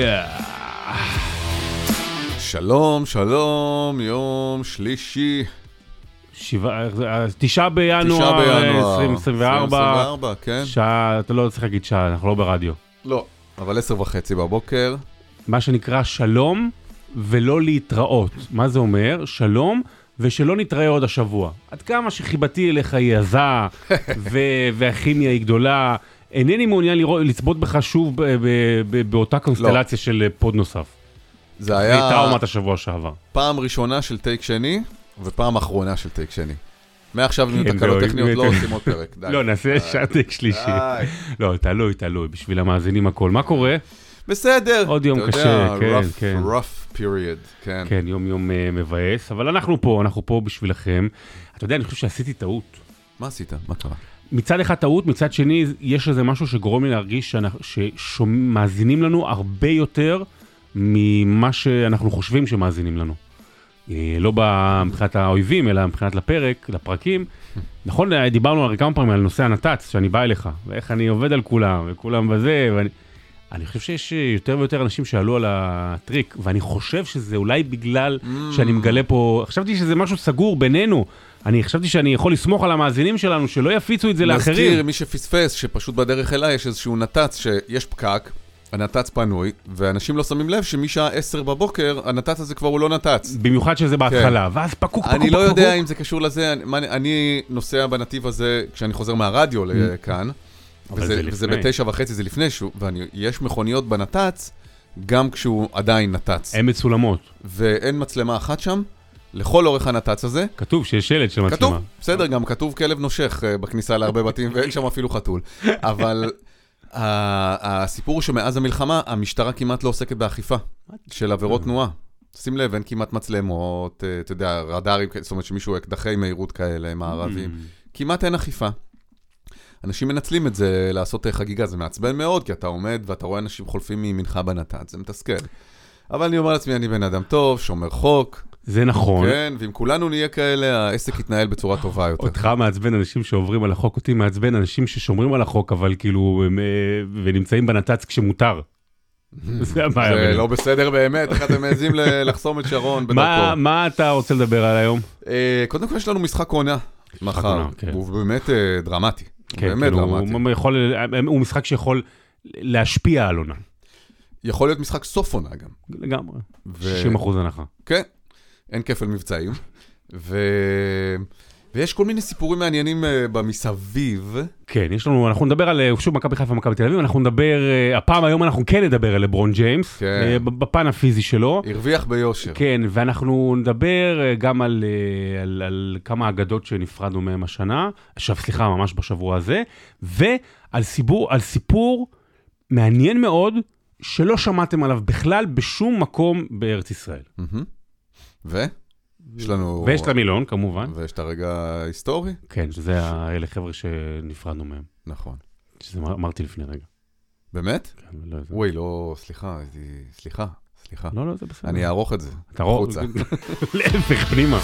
שלום, שלום, יום שלישי. 9 בינואר 2024. כן. שעה, אתה לא צריך להגיד שעה, אנחנו לא ברדיו. לא, אבל 10:30 בבוקר. מה שנקרא שלום ולא להתראות. מה זה אומר? שלום ושלא נתראה עוד השבוע. עד כמה שחיבתי אליך היא עזה, והכימיה היא גדולה, אינני מעוניין לצפות בך שוב באותה קונסטלציה של פוד נוסף. זה היה טראומת השבוע שעבר. פעם ראשונה של טייק שני, ופעם אחרונה של טייק שני. מעכשיו עם תקלות טכניות לא עושים עוד פרק. לא, נעשה שעה טייק שלישי. לא, תלוי, בשביל המאזינים הכל. מה קורה? בסדר. עוד יום קשה, כן. rough period, כן. כן, יום מבאס, אבל אנחנו פה בשבילכם. אתה יודע, אני חושב שעשיתי טעות. מה עשית? מה קרה? מצד אחד טעות, מצד שני, יש איזה משהו שגורם לי להרגיש שמאזינים לנו הרבה יותר ממה שאנחנו חושבים שמאזינים לנו. לא מבחינת האויבים, אלא מבחינת לפרקים. נכון, דיברנו הרי כמה פעמים על נושא הנת"צ, שאני בא אליך, ואיך אני עובד על כולם, וכולם בזה, אני חושב שיש יותר ויותר אנשים שעלו על הטריק, ואני חושב שזה אולי בגלל שאני מגלה פה, חשבתי שזה משהו סגור בינינו, אני חשבתי שאני יכול לסמוך על המאזינים שלנו, שלא יפיצו את זה לאחרים. נזכיר, מי שפספס, שפשוט בדרך אליי יש איזשהו נת"צ שיש פקק, הנת"צ פנוי, ואנשים לא שמים לב שמשעה 10 בבוקר, הנת"צ הזה כבר הוא לא נת"צ. במיוחד שזה בהתחלה, ואז פקוק. אני לא יודע אם זה קשור לזה, אני נוסע בנתיב הזה כשאני חוזר מהרדיו לכאן, וזה ב9:30, זה לפני שהוא, ויש מכוניות בנת"צ, גם כשהוא עדיין נת"צ. הן מצולמות. ואין מצלמה אחת שם, לכל אורך הנת"צ הזה. כתוב שיש שלט של מצלמה. כתוב, בסדר, גם כתוב כלב נושך בכניסה להרבה בתים, ואין שם אפילו חתול. אבל הסיפור הוא שמאז המלחמה, המשטרה כמעט לא עוסקת באכיפה של עבירות תנועה. שים לב, אין כמעט מצלמות, אתה יודע, רדארים, זאת אומרת שמישהו אקדחי מהירות כאלה, מערבים. כמעט אין אכיפה. אנשים מנצלים את זה לעשות חגיגה, זה מעצבן מאוד, כי אתה עומד ואתה רואה אנשים חולפים מימינך בנת"צ, זה מתסכל. אבל אני אומר לעצמי, אני בן אדם טוב, שומר חוק. זה נכון. כן, ואם כולנו נהיה כאלה, העסק יתנהל בצורה טובה יותר. אותך מעצבן אנשים שעוברים על החוק, אותי מעצבן אנשים ששומרים על החוק, אבל כאילו, ונמצאים בנת"צ כשמותר. זה לא בסדר באמת, איך אתם מעזים לחסום את שרון בדרכו. מה אתה רוצה לדבר על היום? קודם כל יש לנו משחק עונה מחר, הוא באמת דרמטי. כן, הוא משחק שיכול להשפיע על עונה. יכול להיות משחק סוף עונה גם. לגמרי, 60% הנחה. כן, אין כפל מבצעים. ויש כל מיני סיפורים מעניינים במסביב. כן, אנחנו נדבר על, שוב, מכבי חיפה ומכבי תל אביב, אנחנו נדבר, הפעם היום אנחנו כן נדבר על לברון ג'יימס, בפן הפיזי שלו. הרוויח ביושר. כן, ואנחנו נדבר גם על כמה אגדות שנפרדנו מהם השנה, סליחה, ממש בשבוע הזה, ועל סיפור מעניין מאוד, שלא שמעתם עליו בכלל בשום מקום בארץ ישראל. ויש את המילון, כמובן. ויש את הרגע ההיסטורי. כן, שזה האלה חבר'ה שנפרדנו מהם. נכון. שזה אמרתי לפני רגע. באמת? כן, לא, זה... וואי, לא, סליחה. לא, זה בסדר. אני אערוך את זה. חוצה. להפך, פנימה.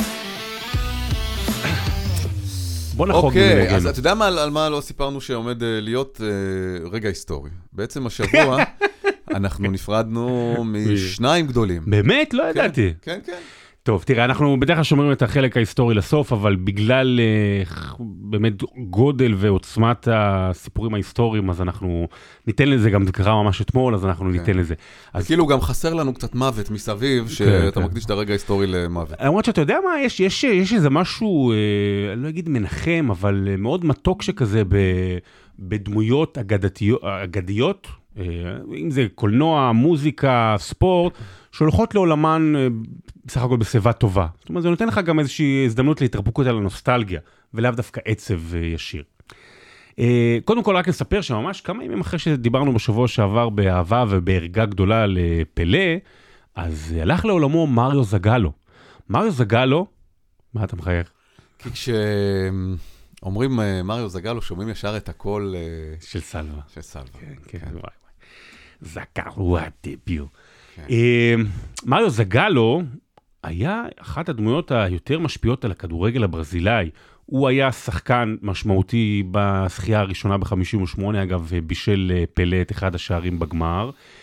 בוא נחוג. אוקיי, אז אתה יודע על מה לא סיפרנו שעומד להיות רגע היסטורי. בעצם השבוע אנחנו נפרדנו משניים גדולים. באמת? לא ידעתי. כן. טוב, תראה, אנחנו בדרך כלל שומרים את החלק ההיסטורי לסוף, אבל בגלל באמת גודל ועוצמת הסיפורים ההיסטוריים, אז אנחנו ניתן לזה, גם זה קרה ממש אתמול, אז אנחנו ניתן לזה. וכאילו גם חסר לנו קצת מוות מסביב, שאתה מקדיש את הרגע ההיסטורי למוות. למרות שאתה יודע מה, יש איזה משהו, אני לא אגיד מנחם, אבל מאוד מתוק שכזה בדמויות אגדיות, אם זה קולנוע, מוזיקה, ספורט, שהולכות לעולמן בסך הכל בשיבה טובה. זאת אומרת, זה נותן לך גם איזושהי הזדמנות להתרפקות על הנוסטלגיה, ולאו דווקא עצב ישיר. קודם כל רק נספר שממש כמה ימים אחרי שדיברנו בשבוע שעבר באהבה ובערגה גדולה לפלה, אז הלך לעולמו מריו זגלו. מריו זגלו, מה אתה מחייך? כי כשאומרים מריו זגלו, שומעים ישר את הקול של סלווה. כן. זגלו הדביל. מריו זגלו היה אחת הדמויות היותר משפיעות על הכדורגל הברזילאי. הוא היה שחקן משמעותי בשחייה הראשונה ב-58, אגב, בישל פלה את אחד השערים בגמר.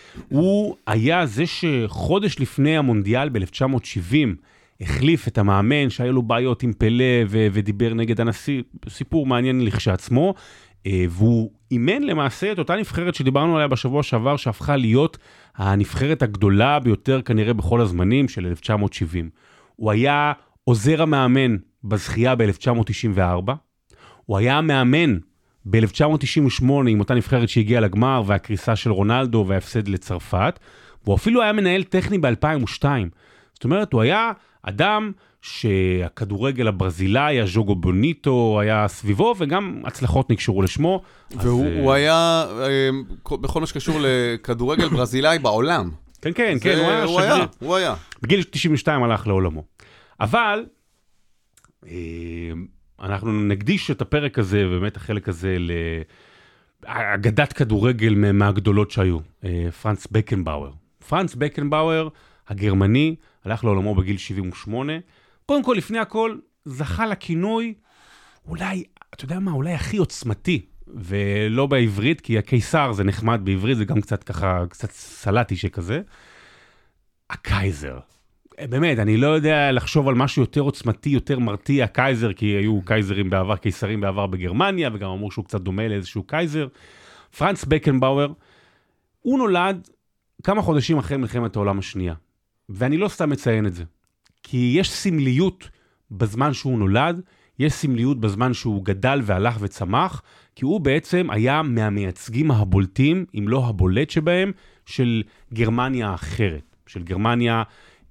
הוא היה זה שחודש לפני המונדיאל ב-1970, החליף את המאמן שהיה לו בעיות עם פלה ודיבר נגד הנשיא, סיפור מעניין לכשעצמו, והוא אימן למעשה את אותה נבחרת שדיברנו עליה בשבוע שעבר, שהפכה להיות הנבחרת הגדולה ביותר כנראה בכל הזמנים של 1970. הוא היה עוזר המאמן בזכייה ב-1994, הוא היה המאמן ב-1998 עם אותה נבחרת שהגיעה לגמר והקריסה של רונלדו וההפסד לצרפת, והוא אפילו היה מנהל טכני ב-2002. זאת אומרת, הוא היה אדם שהכדורגל הברזילאי, הז'וגו בוניטו, היה סביבו, וגם הצלחות נקשרו לשמו. והוא היה, בכל מה שקשור לכדורגל ברזילאי בעולם. כן, כן, כן, הוא היה. בגיל 92 הלך לעולמו. אבל אנחנו נקדיש את הפרק הזה, באמת החלק הזה, לאגדת כדורגל מהגדולות שהיו, פרנץ בקנבאואר. פרנץ בקנבאואר, הגרמני, הלך לעולמו בגיל 78. קודם כל, לפני הכל, זכה לכינוי, אולי, אתה יודע מה, אולי הכי עוצמתי, ולא בעברית, כי הקיסר זה נחמד בעברית, זה גם קצת ככה, קצת סלטי שכזה. הקייזר. באמת, אני לא יודע לחשוב על משהו יותר עוצמתי, יותר מרתיע, קייזר, כי היו קייזרים בעבר, קיסרים בעבר בגרמניה, וגם אמרו שהוא קצת דומה לאיזשהו קייזר. פרנץ בקנבאואר, הוא נולד כמה חודשים אחרי מלחמת העולם השנייה. ואני לא סתם מציין את זה. כי יש סמליות בזמן שהוא נולד, יש סמליות בזמן שהוא גדל והלך וצמח, כי הוא בעצם היה מהמייצגים הבולטים, אם לא הבולט שבהם, של גרמניה האחרת, של גרמניה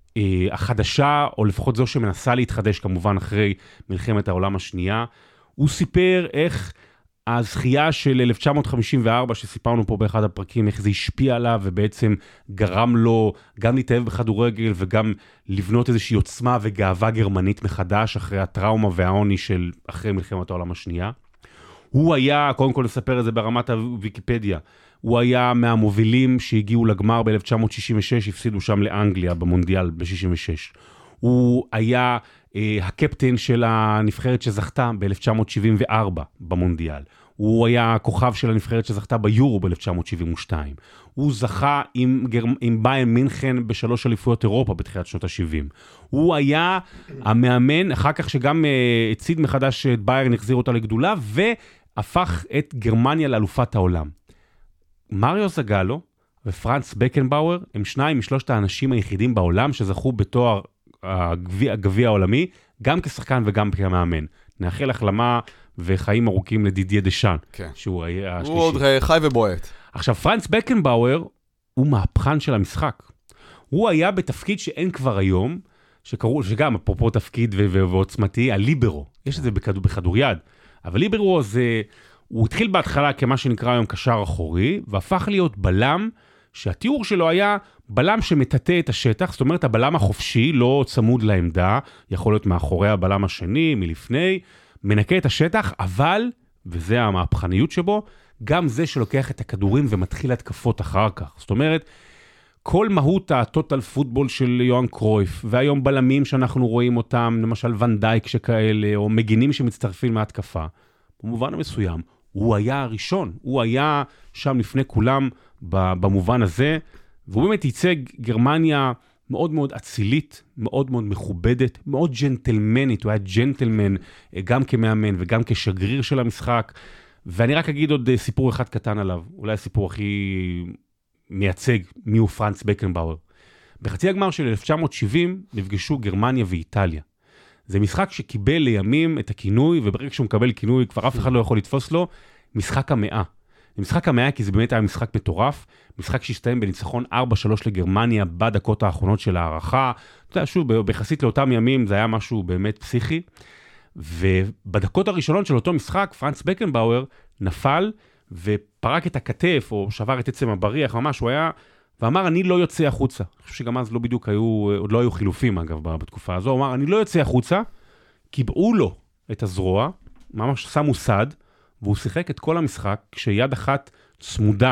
החדשה, או לפחות זו שמנסה להתחדש כמובן אחרי מלחמת העולם השנייה. הוא סיפר איך הזכייה של 1954, שסיפרנו פה באחד הפרקים, איך זה השפיע עליו, ובעצם גרם לו גם להתאהב בכדורגל, וגם לבנות איזושהי עוצמה וגאווה גרמנית מחדש, אחרי הטראומה והעוני של אחרי מלחמת העולם השנייה. הוא היה, קודם כל נספר את זה ברמת הוויקיפדיה, הוא היה מהמובילים שהגיעו לגמר ב-1966, הפסידו שם לאנגליה במונדיאל ב-66. הוא היה הקפטן של הנבחרת שזכתה ב-1974 במונדיאל. הוא היה הכוכב של הנבחרת שזכתה ביורו ב-1972. הוא זכה עם ביירן מינכן ב3 אליפויות אירופה בתחילת שנות ה-70. הוא היה המאמן, אחר כך שגם הציד מחדש את ביירן, החזיר אותה לגדולה, והפך את גרמניה לאלופת העולם. מריו זגאלו ופרנץ בקנבאואר הם שניים משלושת האנשים היחידים בעולם שזכו בתואר הגביע העולמי, גם כשחקן וגם כמאמן. נאחל החלמה וחיים ארוכים לדידיה דשאן, שהוא היה השלישי. הוא עוד חי ובועט. עכשיו, פרנץ בקנבאואר הוא מהפכן של המשחק. הוא היה בתפקיד שאין כבר היום, שגם אפרופו תפקיד ועוצמתי, הליברו. יש את זה בכדוריד. אבל ליברו זה, הוא התחיל בהתחלה כמה שנקרא היום קשר אחורי, והפך להיות בלם, שהתיאור שלו היה בלם שמטאטא את השטח, זאת אומרת הבלם החופשי, לא צמוד לעמדה, יכול להיות מאחורי הבלם השני, מלפני, מנקה את השטח, אבל, וזה המהפכניות שבו, גם זה שלוקח את הכדורים ומתחיל התקפות אחר כך. זאת אומרת, כל מהות הטוטל פוטבול של יוהאן קרויף, והיום בלמים שאנחנו רואים אותם, למשל ון דייק שכאלה, או מגינים שמצטרפים מהתקפה, במובן המסוים, הוא היה הראשון, הוא היה שם לפני כולם במובן הזה, והוא באמת ייצג גרמניה מאוד מאוד אצילית, מאוד מאוד מכובדת, מאוד ג'נטלמנית, הוא היה ג'נטלמן גם כמאמן וגם כשגריר של המשחק, ואני רק אגיד עוד סיפור אחד קטן עליו, אולי הסיפור הכי מייצג מי הוא פרנץ בקנבאואר. בחצי הגמר של 1970 נפגשו גרמניה ואיטליה. זה משחק שקיבל לימים את הכינוי, וברגע שהוא מקבל כינוי כבר אף אחד לא יכול לתפוס לו, משחק המאה. משחק המאה כי זה באמת היה משחק מטורף, משחק שהסתיים בניצחון 4-3 לגרמניה בדקות האחרונות של הערכה. אתה יודע, שוב, ביחסית לאותם ימים זה היה משהו באמת פסיכי, ובדקות הראשונות של אותו משחק, פרנץ בקנבאואר נפל ופרק את הכתף, או שבר את עצם הבריח, ממש הוא היה, ואמר, אני לא יוצא החוצה. אני חושב שגם אז לא בדיוק עוד לא היו חילופים, אגב, בתקופה הזו. הוא אמר, אני לא יוצא החוצה, קיבעו לו את הזרוע, ממש שמו סד, והוא שיחק את כל המשחק, כשיד אחת צמודה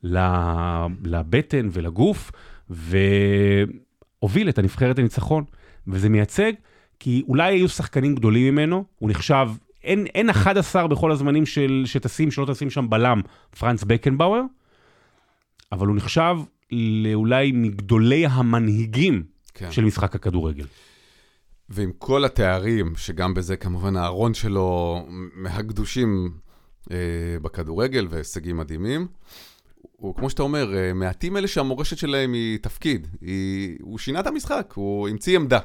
לבטן ולגוף, והוביל את הנבחרת הניצחון. וזה מייצג, כי אולי היו שחקנים גדולים ממנו, הוא נחשב, אין 11 בכל הזמנים שלא תשים שם בלם, פרנץ בקנבאואר, אבל הוא נחשב לאולי מגדולי המנהיגים של משחק הכדורגל. ועם כל התארים, שגם בזה כמובן הארון שלו מהקדושים בכדורגל והישגים מדהימים, הוא, כמו שאתה אומר, מעטים אלה שהמורשת שלהם היא תפקיד. הוא שינה את המשחק, הוא המציא עמדה.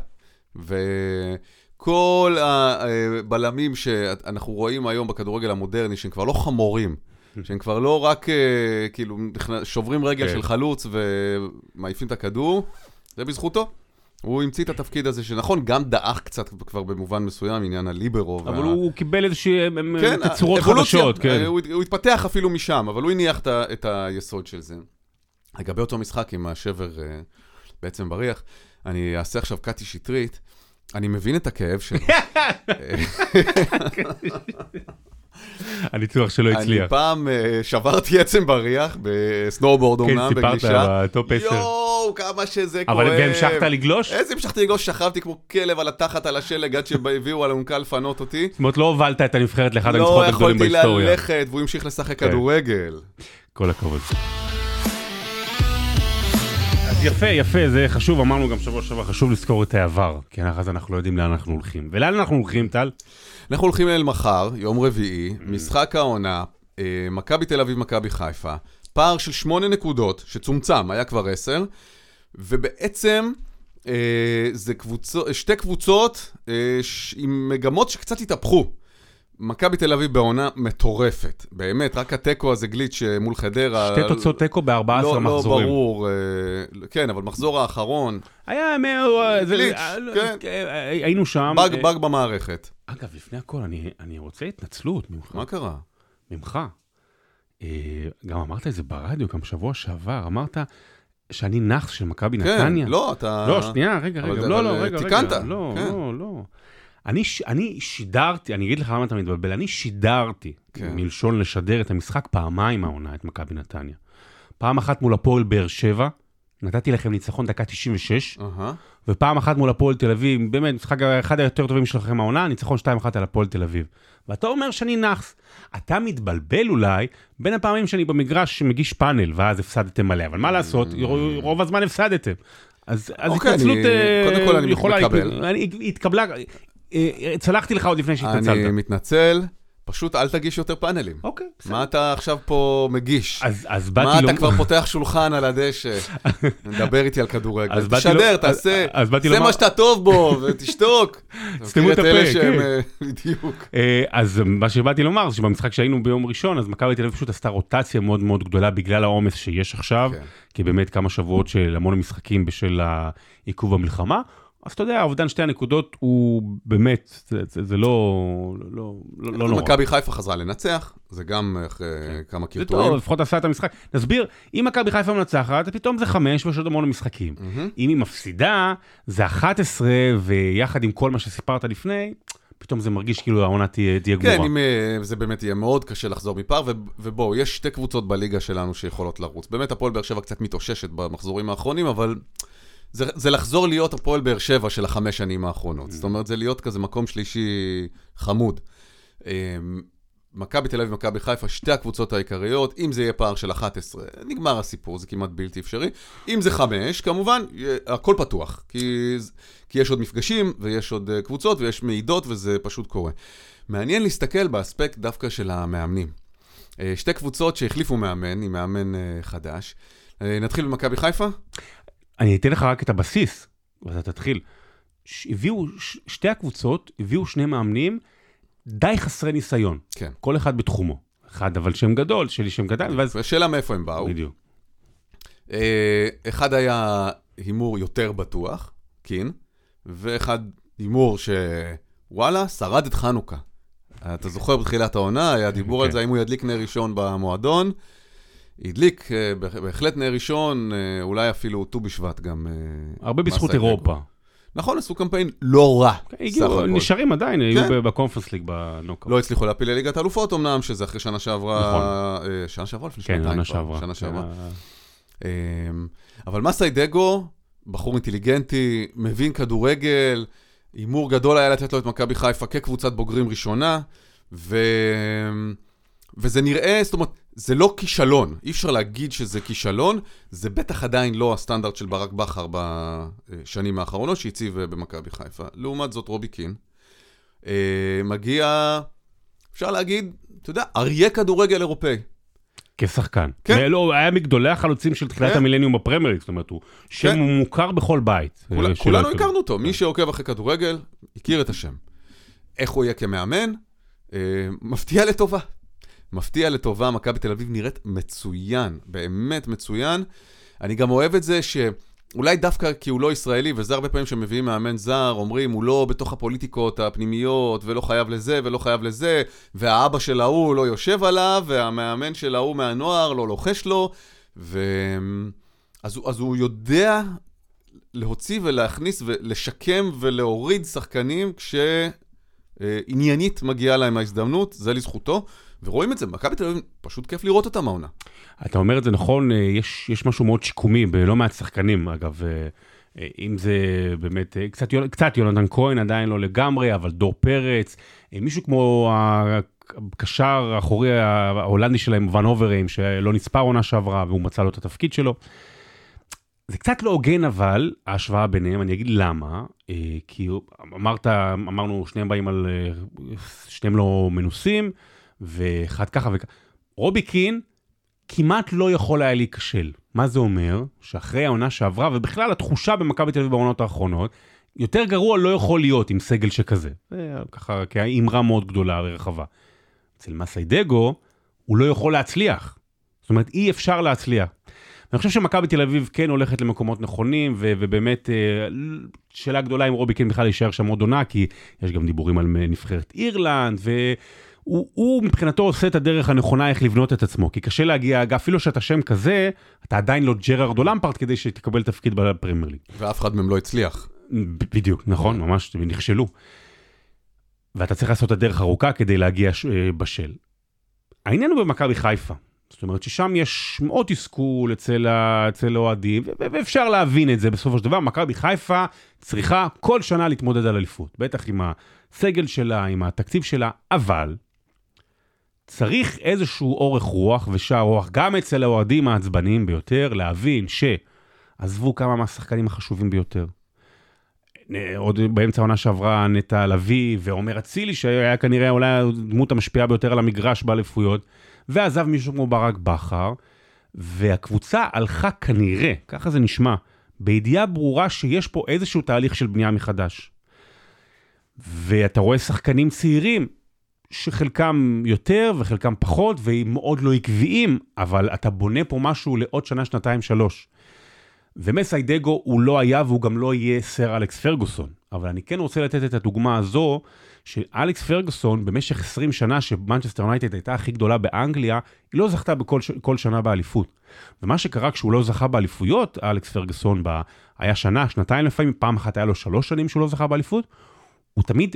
וכל הבלמים שאנחנו רואים היום בכדורגל המודרני, שהם כבר לא חמורים, שהם כבר לא רק כאילו שוברים רגל של חלוץ ומעיפים את הכדור, זה בזכותו. הוא המציא את התפקיד הזה, שנכון, גם דאח קצת כבר במובן מסוים, עניין הליברו. אבל הוא קיבל איזושהי תצורות חדשות. הוא התפתח אפילו משם, אבל הוא הניח את היסוד של זה. לגבי אותו משחק עם השבר בעצם בריח, אני אעשה עכשיו קטי שטרית, אני מבין את הכאב שלו. הניצוח שלא הצליח. אני פעם שברתי עצם בריח, בסנואובורד אומנם, בגלישה. כן, סיפרת בטופ 10. יואו, כמה שזה כואב. אבל המשכת לגלוש? איזה המשכתי לגלוש? שכבתי כמו כלב על התחת על השלג, עד שהביאו על האונקה לפנות אותי. זאת אומרת, לא הובלת את הנבחרת לאחד הניצחונות הגדולים בהיסטוריה. לא יכולתי ללכת, והוא המשיך לשחק כדורגל. כל הכבוד. יפה, יפה, זה חשוב, אמרנו גם שבוע שעבר, חשוב לזכור את העבר, כי אז אנחנו לא יודעים לאן אנחנו הולכים. ולאן אנחנו הולכים, טל? אנחנו הולכים אל מחר, יום רביעי, משחק העונה, מכבי תל אביב, מכבי חיפה, פער של 8 נקודות, שצומצם, היה כבר 10, ובעצם זה שתי קבוצות עם מגמות שקצת התהפכו. מכבי תל אביב בעונה מטורפת, באמת, רק הטקו הזה גליץ' מול חדרה. שתי תוצאות טקו ב-14 מחזורים. לא ברור, כן, אבל מחזור האחרון. היה גליץ', כן. היינו שם. בג במערכת. אגב, לפני הכל, אני רוצה התנצלות ממך. מה קרה? ממך. גם אמרת את זה ברדיו, גם שבוע שעבר, אמרת שאני נחס של מכבי נתניה. כן, לא, אתה... לא, שנייה, רגע. תיקנת. לא. אני שידרתי, אני אגיד לך למה אתה מתבלבל, אני שידרתי מלשון לשדר את המשחק פעמיים העונה, את מכבי נתניה. פעם אחת מול הפועל באר שבע, נתתי לכם ניצחון דקה 96, ופעם אחת מול הפועל תל אביב, באמת, משחק אחד היותר טובים שלכם העונה, ניצחון 2-1 על הפועל תל אביב. ואתה אומר שאני נחס. אתה מתבלבל אולי בין הפעמים שאני במגרש שמגיש פאנל, ואז הפסדתם מלא, אבל מה לעשות, רוב הזמן הפסדתם. אז התנצלות יכולה... התקבלה... צלחתי לך עוד לפני שהתנצלת. אני מתנצל, פשוט אל תגיש יותר פאנלים. אוקיי, בסדר. מה אתה עכשיו פה מגיש? אז באתי מה אתה כבר פותח שולחן על הדשא? מדבר איתי על כדורגל. תשדר, תעשה, זה מה שאתה טוב בו, ותשתוק. סתמו את הפה, כן. בדיוק. אז מה שבאתי לומר, זה שבמשחק שהיינו ביום ראשון, אז מכבי תל אביב פשוט עשתה רוטציה מאוד מאוד גדולה, בגלל העומס שיש עכשיו, כי באמת כמה שבועות של המון משחקים בשל העיכוב במלחמה, אז אתה יודע, האובדן 2 הנקודות הוא באמת, זה לא נורא. מכבי חיפה חזרה לנצח, זה גם כמה קרטועים. זה טוב, לפחות עשה את המשחק. נסביר, אם מכבי חיפה מנצחת, פתאום זה 5 ויש עוד המון משחקים. אם היא מפסידה, זה 11, ויחד עם כל מה שסיפרת לפני, פתאום זה מרגיש כאילו העונה תהיה גמורה. כן, זה באמת יהיה מאוד קשה לחזור מפער, ובואו, יש 2 קבוצות בליגה שלנו שיכולות לרוץ. באמת הפועל באר שבע קצת מתאוששת במחזורים האחרונים, אבל... זה לחזור להיות הפועל באר שבע של 5 שנים האחרונות. זאת אומרת, זה להיות כזה מקום שלישי חמוד. מכבי תל אביב ומכבי חיפה, 2 הקבוצות העיקריות, אם זה יהיה פער של 11, נגמר הסיפור, זה כמעט בלתי אפשרי. אם זה 5, כמובן, הכל פתוח, כי יש עוד מפגשים, ויש עוד קבוצות, ויש מעידות, וזה פשוט קורה. מעניין להסתכל באספקט דווקא של המאמנים. 2 קבוצות שהחליפו מאמן, עם מאמן חדש. נתחיל במכבי חיפה? אני אתן לך רק את הבסיס, ואתה תתחיל. הביאו 2 הקבוצות, הביאו 2 מאמנים, די חסרי ניסיון. כן. כל אחד בתחומו. אחד אבל שם גדול, שלי שם גדל. ושאלה מאיפה הם באו. בדיוק. אחד היה הימור יותר בטוח, קין, ואחד הימור שוואלה, שרד את חנוכה. אתה זוכר בתחילת העונה, היה דיבור על זה, האם הוא ידליק נר ראשון במועדון, הדליק בהחלט נר ראשון, אולי אפילו ט"ו בשבט גם. הרבה בזכות אירופה. נכון, עשו קמפיין לא רע. נשארים עדיין, היו בקונפרנס ליג בנוקאוט. לא הצליחו להפיל לליגת האלופות, אמנם שזה אחרי שנה שעברה, שנה שעברה לפני שנתיים כבר. שנה שעברה. אבל מסיידגו, בחור אינטליגנטי, מבין כדורגל, הימור גדול היה לתת לו את מכבי חיפה כקבוצת בוגרים ראשונה, וזה נראה, זאת אומרת, זה לא כישלון, אי אפשר להגיד שזה כישלון, זה בטח עדיין לא הסטנדרט של ברק בכר בשנים האחרונות שהציב במכבי חיפה. לעומת זאת רובי קין, מגיע, אפשר להגיד, אתה יודע, אריה כדורגל אירופאי. כשחקן. כן. לא, היה מגדולי החלוצים של תחילת המילניום בפרמייר ליג, זאת אומרת, הוא שם מוכר בכל בית. כולנו הכרנו אותו, מי שעוקב אחרי כדורגל, הכיר את השם. איך הוא יהיה כמאמן? מפתיע לטובה. מפתיע לטובה, מכבי תל אביב נראית מצוין, באמת מצוין. אני גם אוהב את זה שאולי דווקא כי הוא לא ישראלי, וזה הרבה פעמים שמביאים מאמן זר, אומרים, הוא לא בתוך הפוליטיקות הפנימיות, ולא חייב לזה ולא חייב לזה, והאבא של ההוא לא יושב עליו, והמאמן של ההוא מהנוער לא לוחש לו, אז הוא יודע להוציא ולהכניס ולשקם ולהוריד שחקנים כשעניינית מגיעה להם ההזדמנות, זה לזכותו. ורואים את זה, מכבי תל אביב, פשוט כיף לראות אותם העונה. אתה אומר את זה נכון, יש משהו מאוד שיקומי, בלא מעט שחקנים, אגב, אם זה באמת, קצת יונתן כהן, עדיין לא לגמרי, אבל דור פרץ, מישהו כמו הקשר האחורי ההולנדי שלהם, ון אוברהיים, שלא נצפה עונה שעברה, והוא מצא לו את התפקיד שלו. זה קצת לא הוגן, אבל ההשוואה ביניהם, אני אגיד למה, כי אמרנו, שניהם לא מנוסים, ואחד ככה וככה. רובי קין כמעט לא יכול היה להיכשל. מה זה אומר? שאחרי העונה שעברה, ובכלל התחושה במכבי תל אביב בעונות האחרונות, יותר גרוע לא יכול להיות עם סגל שכזה. זה ככה כאמרה מאוד גדולה ורחבה. אצל מסיידגו, הוא לא יכול להצליח. זאת אומרת, אי אפשר להצליח. אני חושב שמכבי תל אביב כן הולכת למקומות נכונים, ובאמת שאלה גדולה אם רובי קין בכלל יישאר שם עוד עונה, כי יש גם דיבורים על נבחרת אירלנד, הוא מבחינתו עושה את הדרך הנכונה איך לבנות את עצמו, כי קשה להגיע, אפילו שאתה שם כזה, אתה עדיין לא ג'רארד או למפרד כדי שתקבל תפקיד בפרמייר ליג. ואף אחד מהם לא הצליח. בדיוק, נכון, ממש, ונכשלו. ואתה צריך לעשות את הדרך ארוכה כדי להגיע בשל. העניין הוא במכבי חיפה. זאת אומרת ששם יש מאוד תסכול אצל אוהדים, ואפשר להבין את זה בסופו של דבר. מכבי חיפה צריכה כל שנה להתמודד על אליפות, בטח עם הסגל שלה, עם התקציב שלה, אבל צריך איזשהו אורך רוח ושער רוח, גם אצל האוהדים העצבניים ביותר, להבין שעזבו כמה מהשחקנים החשובים ביותר. עוד באמצע העונה שעברה נטע לביא ועומר אצילי, שהיה כנראה אולי הדמות המשפיעה ביותר על המגרש באליפויות, ועזב מישהו כמו ברק בכר, והקבוצה הלכה כנראה, ככה זה נשמע, בידיעה ברורה שיש פה איזשהו תהליך של בנייה מחדש. ואתה רואה שחקנים צעירים, שחלקם יותר וחלקם פחות, והם מאוד לא עקביים, אבל אתה בונה פה משהו לעוד שנה, שנתיים, 3. ומסיידגו הוא לא היה, והוא גם לא יהיה סר אלכס פרגוסון. אבל אני כן רוצה לתת את הדוגמה הזו, שאלכס פרגוסון, במשך 20 שנה שמנצ'סטר יונייטד הייתה הכי גדולה באנגליה, היא לא זכתה בכל שנה באליפות. ומה שקרה כשהוא לא זכה באליפויות, אלכס פרגוסון היה שנה, שנתיים לפעמים, פעם אחת היה לו 3 שנים שהוא לא זכה באליפות, הוא תמיד,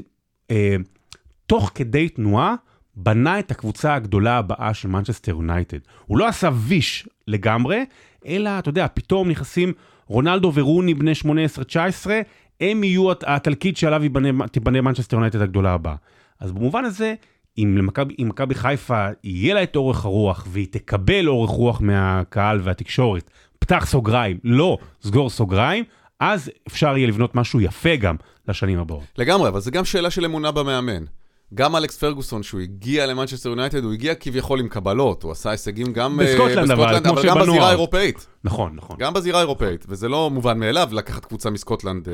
תוך כדי תנועה, בנה את הקבוצה הגדולה הבאה של מנצ'סטר יונייטד. הוא לא עשה ויש לגמרי, אלא, אתה יודע, פתאום נכנסים רונלדו ורוני בני 18-19, הם יהיו התלכיד שעליו תיבנה מנצ'סטר יונייטד הגדולה הבאה. אז במובן הזה, אם מכבי חיפה יהיה לה את אורך הרוח, והיא תקבל אורך רוח מהקהל והתקשורת, פתח סוגריים, לא סגור סוגריים, אז אפשר יהיה לבנות משהו יפה גם לשנים הבאות. לגמרי, אבל זה גם שאלה של אמונה במאמן. גם אלכס פרגוסון, שהוא הגיע למנצ'סטר יונייטד, הוא הגיע כביכול עם קבלות, הוא עשה הישגים גם בסקוטלנד, אבל גם בזירה האירופאית. נכון, נכון. גם בזירה האירופאית, וזה לא מובן מאליו לקחת קבוצה מסקוטלנד.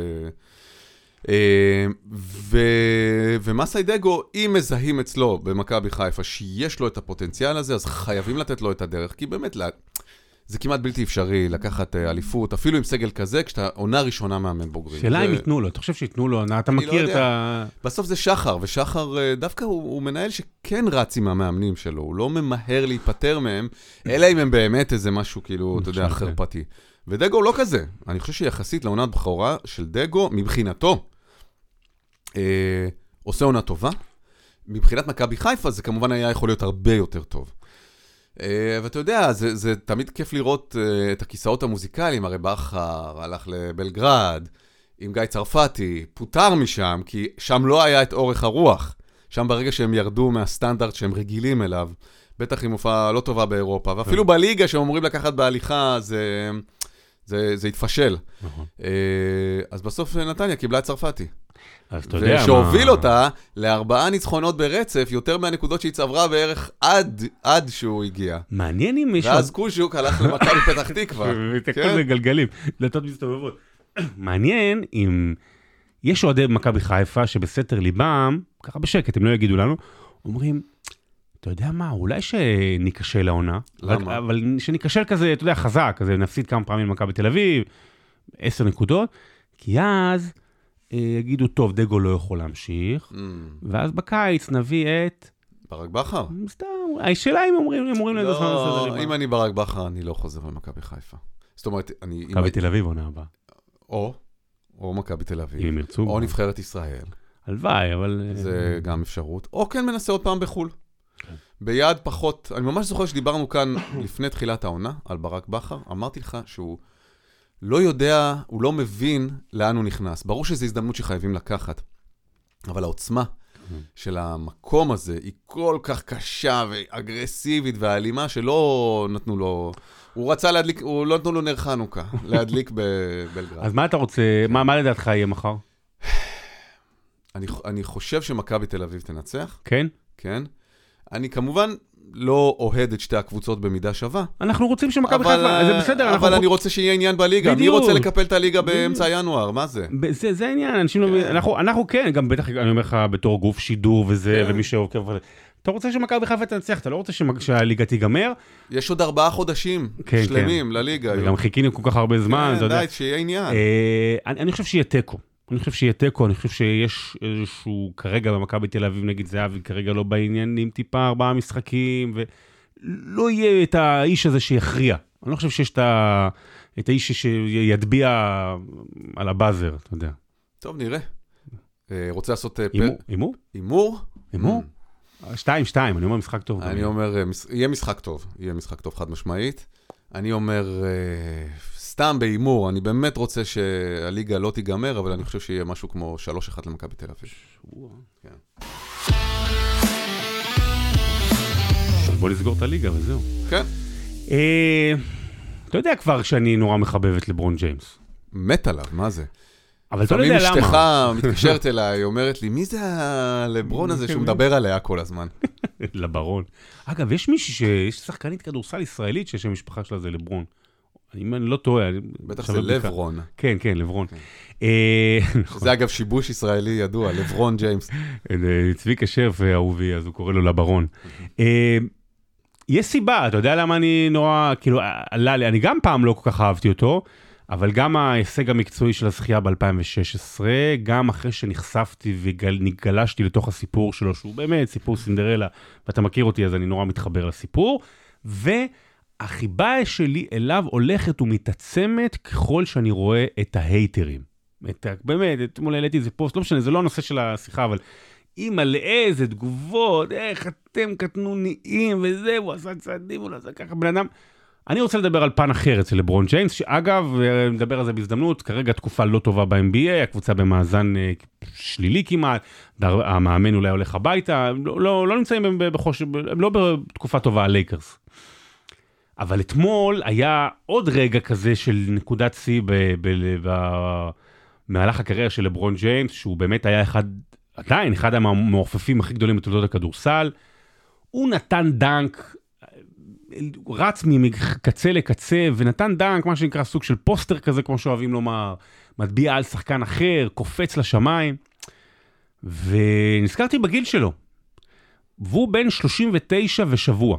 ומסיידגו, אם מזהים אצלו במכבי חיפה, שיש לו את הפוטנציאל הזה, אז חייבים לתת לו את הדרך, כי באמת זה כמעט בלתי אפשרי לקחת אליפות, אפילו עם סגל כזה, כשאתה עונה ראשונה מאמן בוגרים. שאלה אם ייתנו לו, אתה חושב שיתנו לו, אתה מכיר את ה... בסוף זה שחר, ושחר דווקא הוא מנהל שכן רץ עם המאמנים שלו, הוא לא ממהר להיפטר מהם, אלא אם הם באמת איזה משהו כאילו, אתה יודע, חרפתי. ודגו הוא לא כזה. אני חושב שיחסית לעונת בחורה של דגו, מבחינתו, עושה עונה טובה. מבחינת מכבי חיפה, זה כמובן היה יכול להיות הרבה יותר טוב. ואתה יודע, זה תמיד כיף לראות את הכיסאות המוזיקליים, הרי בכר הלך לבלגרד, עם גיא צרפתי, פוטר משם, כי שם לא היה את אורך הרוח. שם ברגע שהם ירדו מהסטנדרט שהם רגילים אליו, בטח עם הופעה לא טובה באירופה, ואפילו בליגה שאומרים לקחת בהליכה, זה התפשל. אז בסוף נתניה קיבלה את צרפתי. אז אתה יודע מה... ושהוביל אותה ל4 ניצחונות ברצף, יותר מהנקודות שהיא צברה בערך עד שהוא הגיע. מעניין אם יש... ואז קושוק הלך למכבי פתח תקווה. ותקול בגלגלים, דלתות מסתובבות. מעניין אם יש אוהדי מכבי חיפה שבסתר ליבם, ככה בשקט, הם לא יגידו לנו, אומרים, אתה יודע מה, אולי שניקשל לעונה. למה? אבל שניקשל כזה, אתה יודע, חזק, כזה נפסיד כמה פעמים למכבי תל אביב, 10 נקודות, כי אז יגידו, טוב, דגו לא יכול להמשיך, ואז בקיץ נביא את... ברק בכר? סתם, השאלה אם אומרים לזה זמן בסדר ליבם. אם אני ברק בכר, אני לא חוזר למכבי חיפה. זאת אומרת, אני... מכבי תל אביב עונה הבאה. או מכבי תל אביב. אם הם ירצו. או נבחרת ישראל. הלוואי, אבל... זה גם אפשרות. או כן מנסה עוד פעם בחול. ביד פחות, אני ממש זוכר שדיברנו כאן לפני תחילת העונה על ברק בכר, אמרתי לך שהוא לא יודע, הוא לא מבין לאן הוא נכנס. ברור שזו הזדמנות שחייבים לקחת, אבל העוצמה של המקום הזה היא כל כך קשה ואגרסיבית והאלימה שלא נתנו לו, הוא רצה להדליק, הוא לא נתנו לו נר חנוכה, להדליק בבלגרד. אז מה אתה רוצה, מה לדעתך יהיה מחר? אני חושב שמכבי תל אביב תנצח. כן? כן. אני כמובן לא אוהד את שתי הקבוצות במידה שווה. אנחנו רוצים שמכבי חיפה, זה בסדר. אבל אני רוצה שיהיה עניין בליגה. מי רוצה לקפל את הליגה באמצע ינואר? מה זה? זה העניין, אנשים לא... אנחנו כן, גם בטח, אני אומר לך, בתור גוף שידור וזה, ומי שעוקב... אתה רוצה שמכבי חיפה תנצח, אתה לא רוצה שהליגה תיגמר. יש עוד 4 חודשים שלמים לליגה. וגם חיכינו כל כך הרבה זמן. די, שיהיה עניין. אני חושב שיהיה תיקו. אני חושב שיש איזשהו, כרגע במכבי תל אביב נגיד זהבי, כרגע לא בעניינים טיפה 4 משחקים, ולא יהיה את האיש הזה שיכריע. אני לא חושב שיש את האיש שידביע על הבאזר, אתה יודע. טוב, נראה. רוצה לעשות... אימור? אימור? 2-2, אני אומר משחק טוב. אני אומר, יהיה משחק טוב חד משמעית. אני אומר... סתם באימור, אני באמת רוצה שהליגה לא תיגמר, אבל אני חושב שיהיה משהו כמו 3-1 למכבי תל אביב. כן. בוא נסגור את הליגה וזהו. כן. אתה יודע כבר שאני נורא מחבב את לברון ג'יימס. מת עליו, מה זה? אבל אתה לא יודע למה. אשתך מתקשרת אליי, היא אומרת לי, מי זה הלברון הזה שהוא מדבר עליה כל הזמן? לברון. אגב, יש מישהי יש שחקנית כדורסל ישראלית שיש המשפחה שלה זה לברון. אם אני לא טועה... בטח זה לברון. כן, לברון. זה אגב שיבוש ישראלי ידוע, לברון ג'יימס. צביקה שרף אהובי, אז הוא קורא לו לברון. יש סיבה, אתה יודע למה אני נורא, כאילו, אני גם פעם לא כל כך אהבתי אותו, אבל גם ההישג המקצועי של הזכייה ב-2016, גם אחרי שנחשפתי וגלשתי לתוך הסיפור שלו, שהוא באמת סיפור סינדרלה, ואתה מכיר אותי, אז אני נורא מתחבר לסיפור, החיבה שלי אליו הולכת ומתעצמת ככל שאני רואה את ההייטרים. באמת, אתמול העליתי איזה פוסט, לא משנה, זה לא הנושא של השיחה, אבל אימא לאיזה תגובות, איך אתם קטנוניים וזה, הוא עשה צעדים, הוא לא עשה ככה, בן אדם. אני רוצה לדבר על פן אחר אצל לברון ג'יימס, שאגב, נדבר על זה בהזדמנות, כרגע תקופה לא טובה ב-NBA, הקבוצה במאזן שלילי כמעט, המאמן אולי הולך הביתה, לא נמצאים לא בתקופה טובה הלייקרס. אבל אתמול היה עוד רגע כזה של נקודת שיא במהלך הקריירה של לברון ג'יימס, שהוא באמת היה עדיין אחד המעופפים הכי גדולים בתולדות הכדורסל. הוא נתן דנק, רץ מקצה לקצה, ונתן דנק, מה שנקרא סוג של פוסטר כזה, כמו שאוהבים לומר, מטביע על שחקן אחר, קופץ לשמיים, ונזכרתי בגיל שלו. והוא בן 39 ושבוע.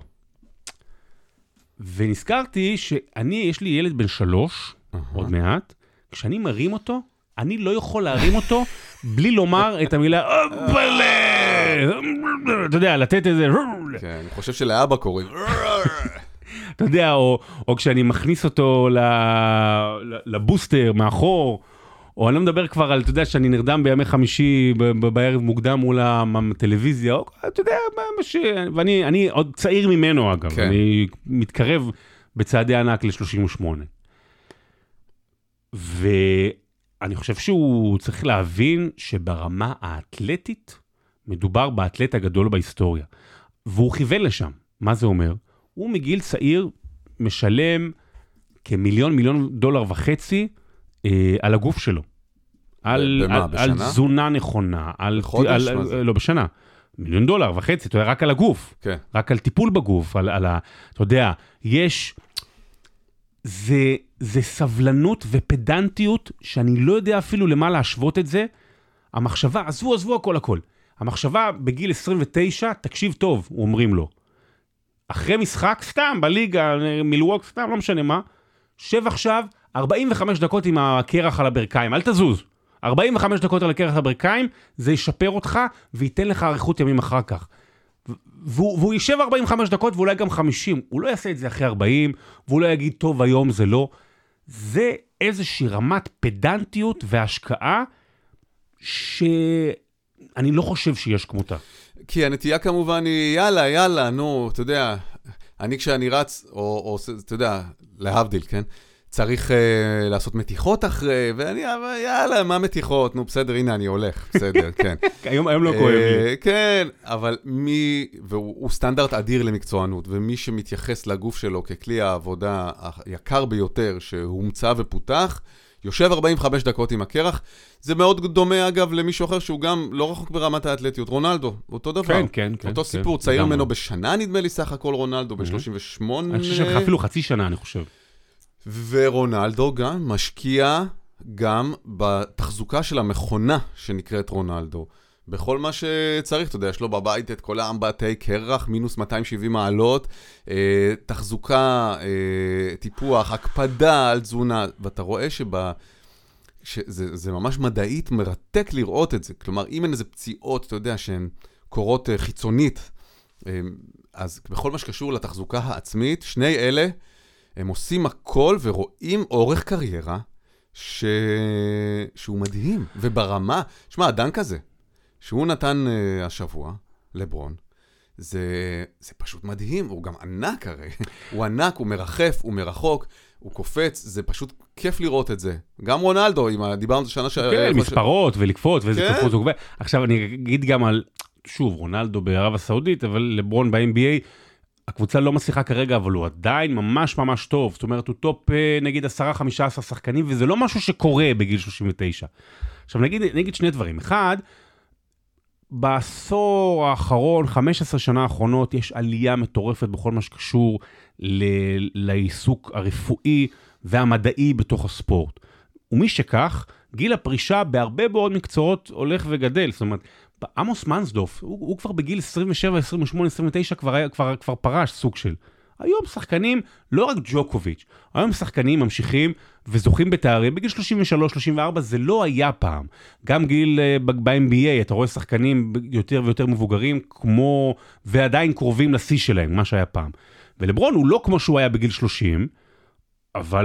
ונזכרתי יש לי ילד בן 3, עוד מעט, כשאני מרים אותו, אני לא יכול להרים אותו, בלי לומר את המילה, אתה יודע, לתת איזה... כן, אני חושב שלאבא קוראים. אתה יודע, או כשאני מכניס אותו לבוסטר מאחור, או אני לא מדבר כבר על, אתה יודע, שאני נרדם בימי חמישי בערב מוקדם מול הטלוויזיה, או, אתה יודע, ואני עוד צעיר ממנו אגב, אני מתקרב בצעדי ענק ל-38. ואני חושב שהוא צריך להבין שברמה האתלטית, מדובר באתלט הגדול בהיסטוריה, והוא כיוון לשם. מה זה אומר? הוא מגיל צעיר משלם $1,000,000 על הגוף שלו. על תזונה נכונה. בחודש? לא, בשנה. $1,000,000, אתה יודע, רק על הגוף. כן. רק על טיפול בגוף. אתה יודע, זה סבלנות ופדנטיות, שאני לא יודע אפילו למה להשוות את זה. המחשבה, עזבו הכל. המחשבה בגיל 29, תקשיב טוב, אומרים לו. אחרי משחק, סתם, בליגה, מילווק, סתם, לא משנה מה, שב עכשיו 45 דקות עם הקרח על הברכיים, אל תזוז. 45 דקות על הקרח על הברכיים, זה ישפר אותך, וייתן לך אריכות ימים אחר כך. והוא יישב 45 דקות, ואולי גם 50. הוא לא יעשה את זה אחרי 40, והוא לא יגיד, טוב, היום זה לא. זה איזושהי רמת פדנטיות והשקעה, שאני לא חושב שיש כמותה. כי הנטייה כמובן היא, יאללה, נו, אתה יודע, אני כשאני רץ, או אתה יודע, להבדיל, כן? צריך לעשות מתיחות אחרי, ואני, יאללה, מה מתיחות? נו, בסדר, הנה, אני הולך, בסדר, כן. היום לא כואב לי. כן, אבל והוא סטנדרט אדיר למקצוענות, ומי שמתייחס לגוף שלו ככלי העבודה היקר ביותר, שהומצא ופותח, יושב 45 דקות עם הקרח. זה מאוד דומה, אגב, למישהו אחר שהוא גם לא רחוק ברמת האתלטיות. רונלדו, אותו דבר. כן. אותו סיפור, צעיר ממנו בשנה, נדמה לי, סך הכל רונלדו, ב-38. אני חושב שלך אפילו חצי שנה, אני חושב. ורונלדו גם משקיע גם בתחזוקה של המכונה שנקראת רונלדו. בכל מה שצריך, אתה יודע, יש לו בבית את כל האמבטי קרח, מינוס 270 מעלות, תחזוקה, טיפוח, הקפדה על תזונה, ואתה רואה שזה ממש מדעית מרתק לראות את זה. כלומר, אם אין איזה פציעות, אתה יודע, שהן קורות חיצונית, אז בכל מה שקשור לתחזוקה העצמית, שני אלה, הם עושים הכל ורואים אורך קריירה שהוא מדהים. וברמה, שמע, אדם כזה, שהוא נתן השבוע, לברון, זה פשוט מדהים, הוא גם ענק הרי. הוא ענק, הוא מרחף, הוא מרחוק, הוא קופץ, זה פשוט כיף לראות את זה. גם רונלדו, דיברנו על שנה כן, מספרות ולקפות ואיזה קפות הוא קובע. עכשיו אני אגיד גם על, שוב, רונלדו בערב הסעודית, אבל לברון ב-NBA, הקבוצה לא מצליחה כרגע, אבל הוא עדיין ממש ממש טוב. זאת אומרת, הוא טופ נגיד 10-15 שחקנים, וזה לא משהו שקורה בגיל 39. עכשיו נגיד שני דברים. אחד, בעשור האחרון, 15 שנה האחרונות, יש עלייה מטורפת בכל מה שקשור לעיסוק הרפואי והמדעי בתוך הספורט. ומי שכך, גיל הפרישה בהרבה מאוד מקצועות הולך וגדל. זאת אומרת, עמוס מנסדוף, הוא כבר בגיל 27, 28, 29 כבר פרש סוג של. היום שחקנים, לא רק ג'וקוביץ', היום שחקנים ממשיכים וזוכים בתארים, בגיל 33, 34, זה לא היה פעם. גם גיל ב-NBA, אתה רואה שחקנים יותר ויותר מבוגרים, כמו, ועדיין קרובים לשיא שלהם, מה שהיה פעם. ולברון הוא לא כמו שהוא היה בגיל 30, אבל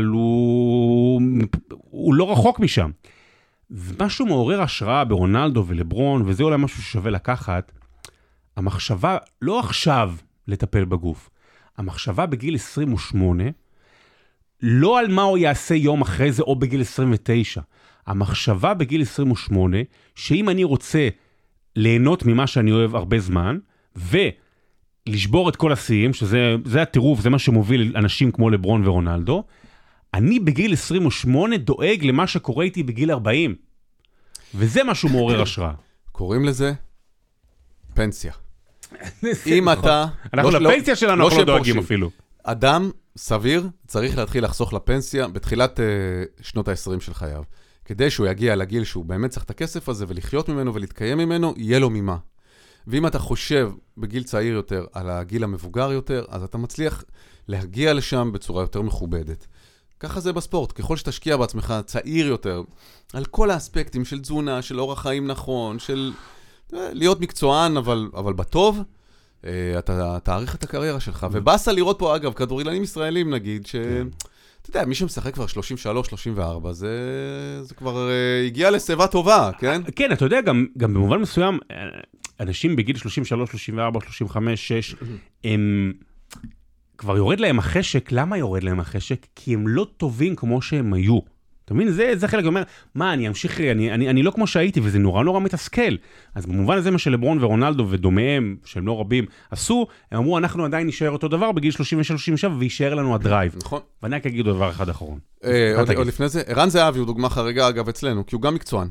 הוא לא רחוק משם. ומשהו מעורר השראה ברונלדו ולברון, וזה אולי משהו ששווה לקחת, המחשבה לא עכשיו לטפל בגוף, המחשבה בגיל 28, לא על מה הוא יעשה יום אחרי זה או בגיל 29, המחשבה בגיל 28, שאם אני רוצה ליהנות ממה שאני אוהב הרבה זמן, ולשבור את כל השיאים, שזה הטירוף, זה מה שמוביל אנשים כמו לברון ורונלדו, אני בגיל 28 דואג למה שקורה איתי בגיל 40. וזה משהו מעורר השראה. קוראים לזה פנסיה. אם אתה... אנחנו לפנסיה שלנו, אנחנו לא דואגים אפילו. אדם סביר צריך להתחיל לחסוך לפנסיה בתחילת שנות ה-20 של חייו. כדי שהוא יגיע לגיל שהוא באמת צריך את הכסף הזה ולחיות ממנו ולהתקיים ממנו, יהיה לו ממה. ואם אתה חושב בגיל צעיר יותר על הגיל המבוגר יותר, אז אתה מצליח להגיע לשם בצורה יותר מכובדת. ככה זה בספורט, ככל שתשקיע בעצמך צעיר יותר, על כל האספקטים של תזונה, של אורח חיים נכון, של להיות מקצוען, אבל בטוב, אתה תאריך את הקריירה שלך. ובאסה לראות פה, אגב, כדורגלנים ישראלים נגיד, אתה יודע, מי שמשחק כבר 33, 34, זה כבר הגיע לסביבה טובה, כן? כן, אתה יודע, גם במובן מסוים, אנשים בגיל 33, 34, 35, 6, הם... כבר יורד להם החשק. למה יורד להם החשק? כי הם לא טובים כמו שהם היו. אתה מבין? זה חלק, אומר, מה, אני אמשיך, אני לא כמו שהייתי, וזה נורא נורא מתסכל. אז במובן הזה מה שלברון ורונלדו ודומיהם, שהם לא רבים, עשו, הם אמרו, אנחנו עדיין נשאר אותו דבר בגיל 36-37, ויישאר לנו הדרייב. נכון. ואני רק אגיד דבר אחד אחרון. עוד לפני זה, ערן זהבי הוא דוגמה חריגה, אגב, אצלנו, כי הוא גם מקצוען.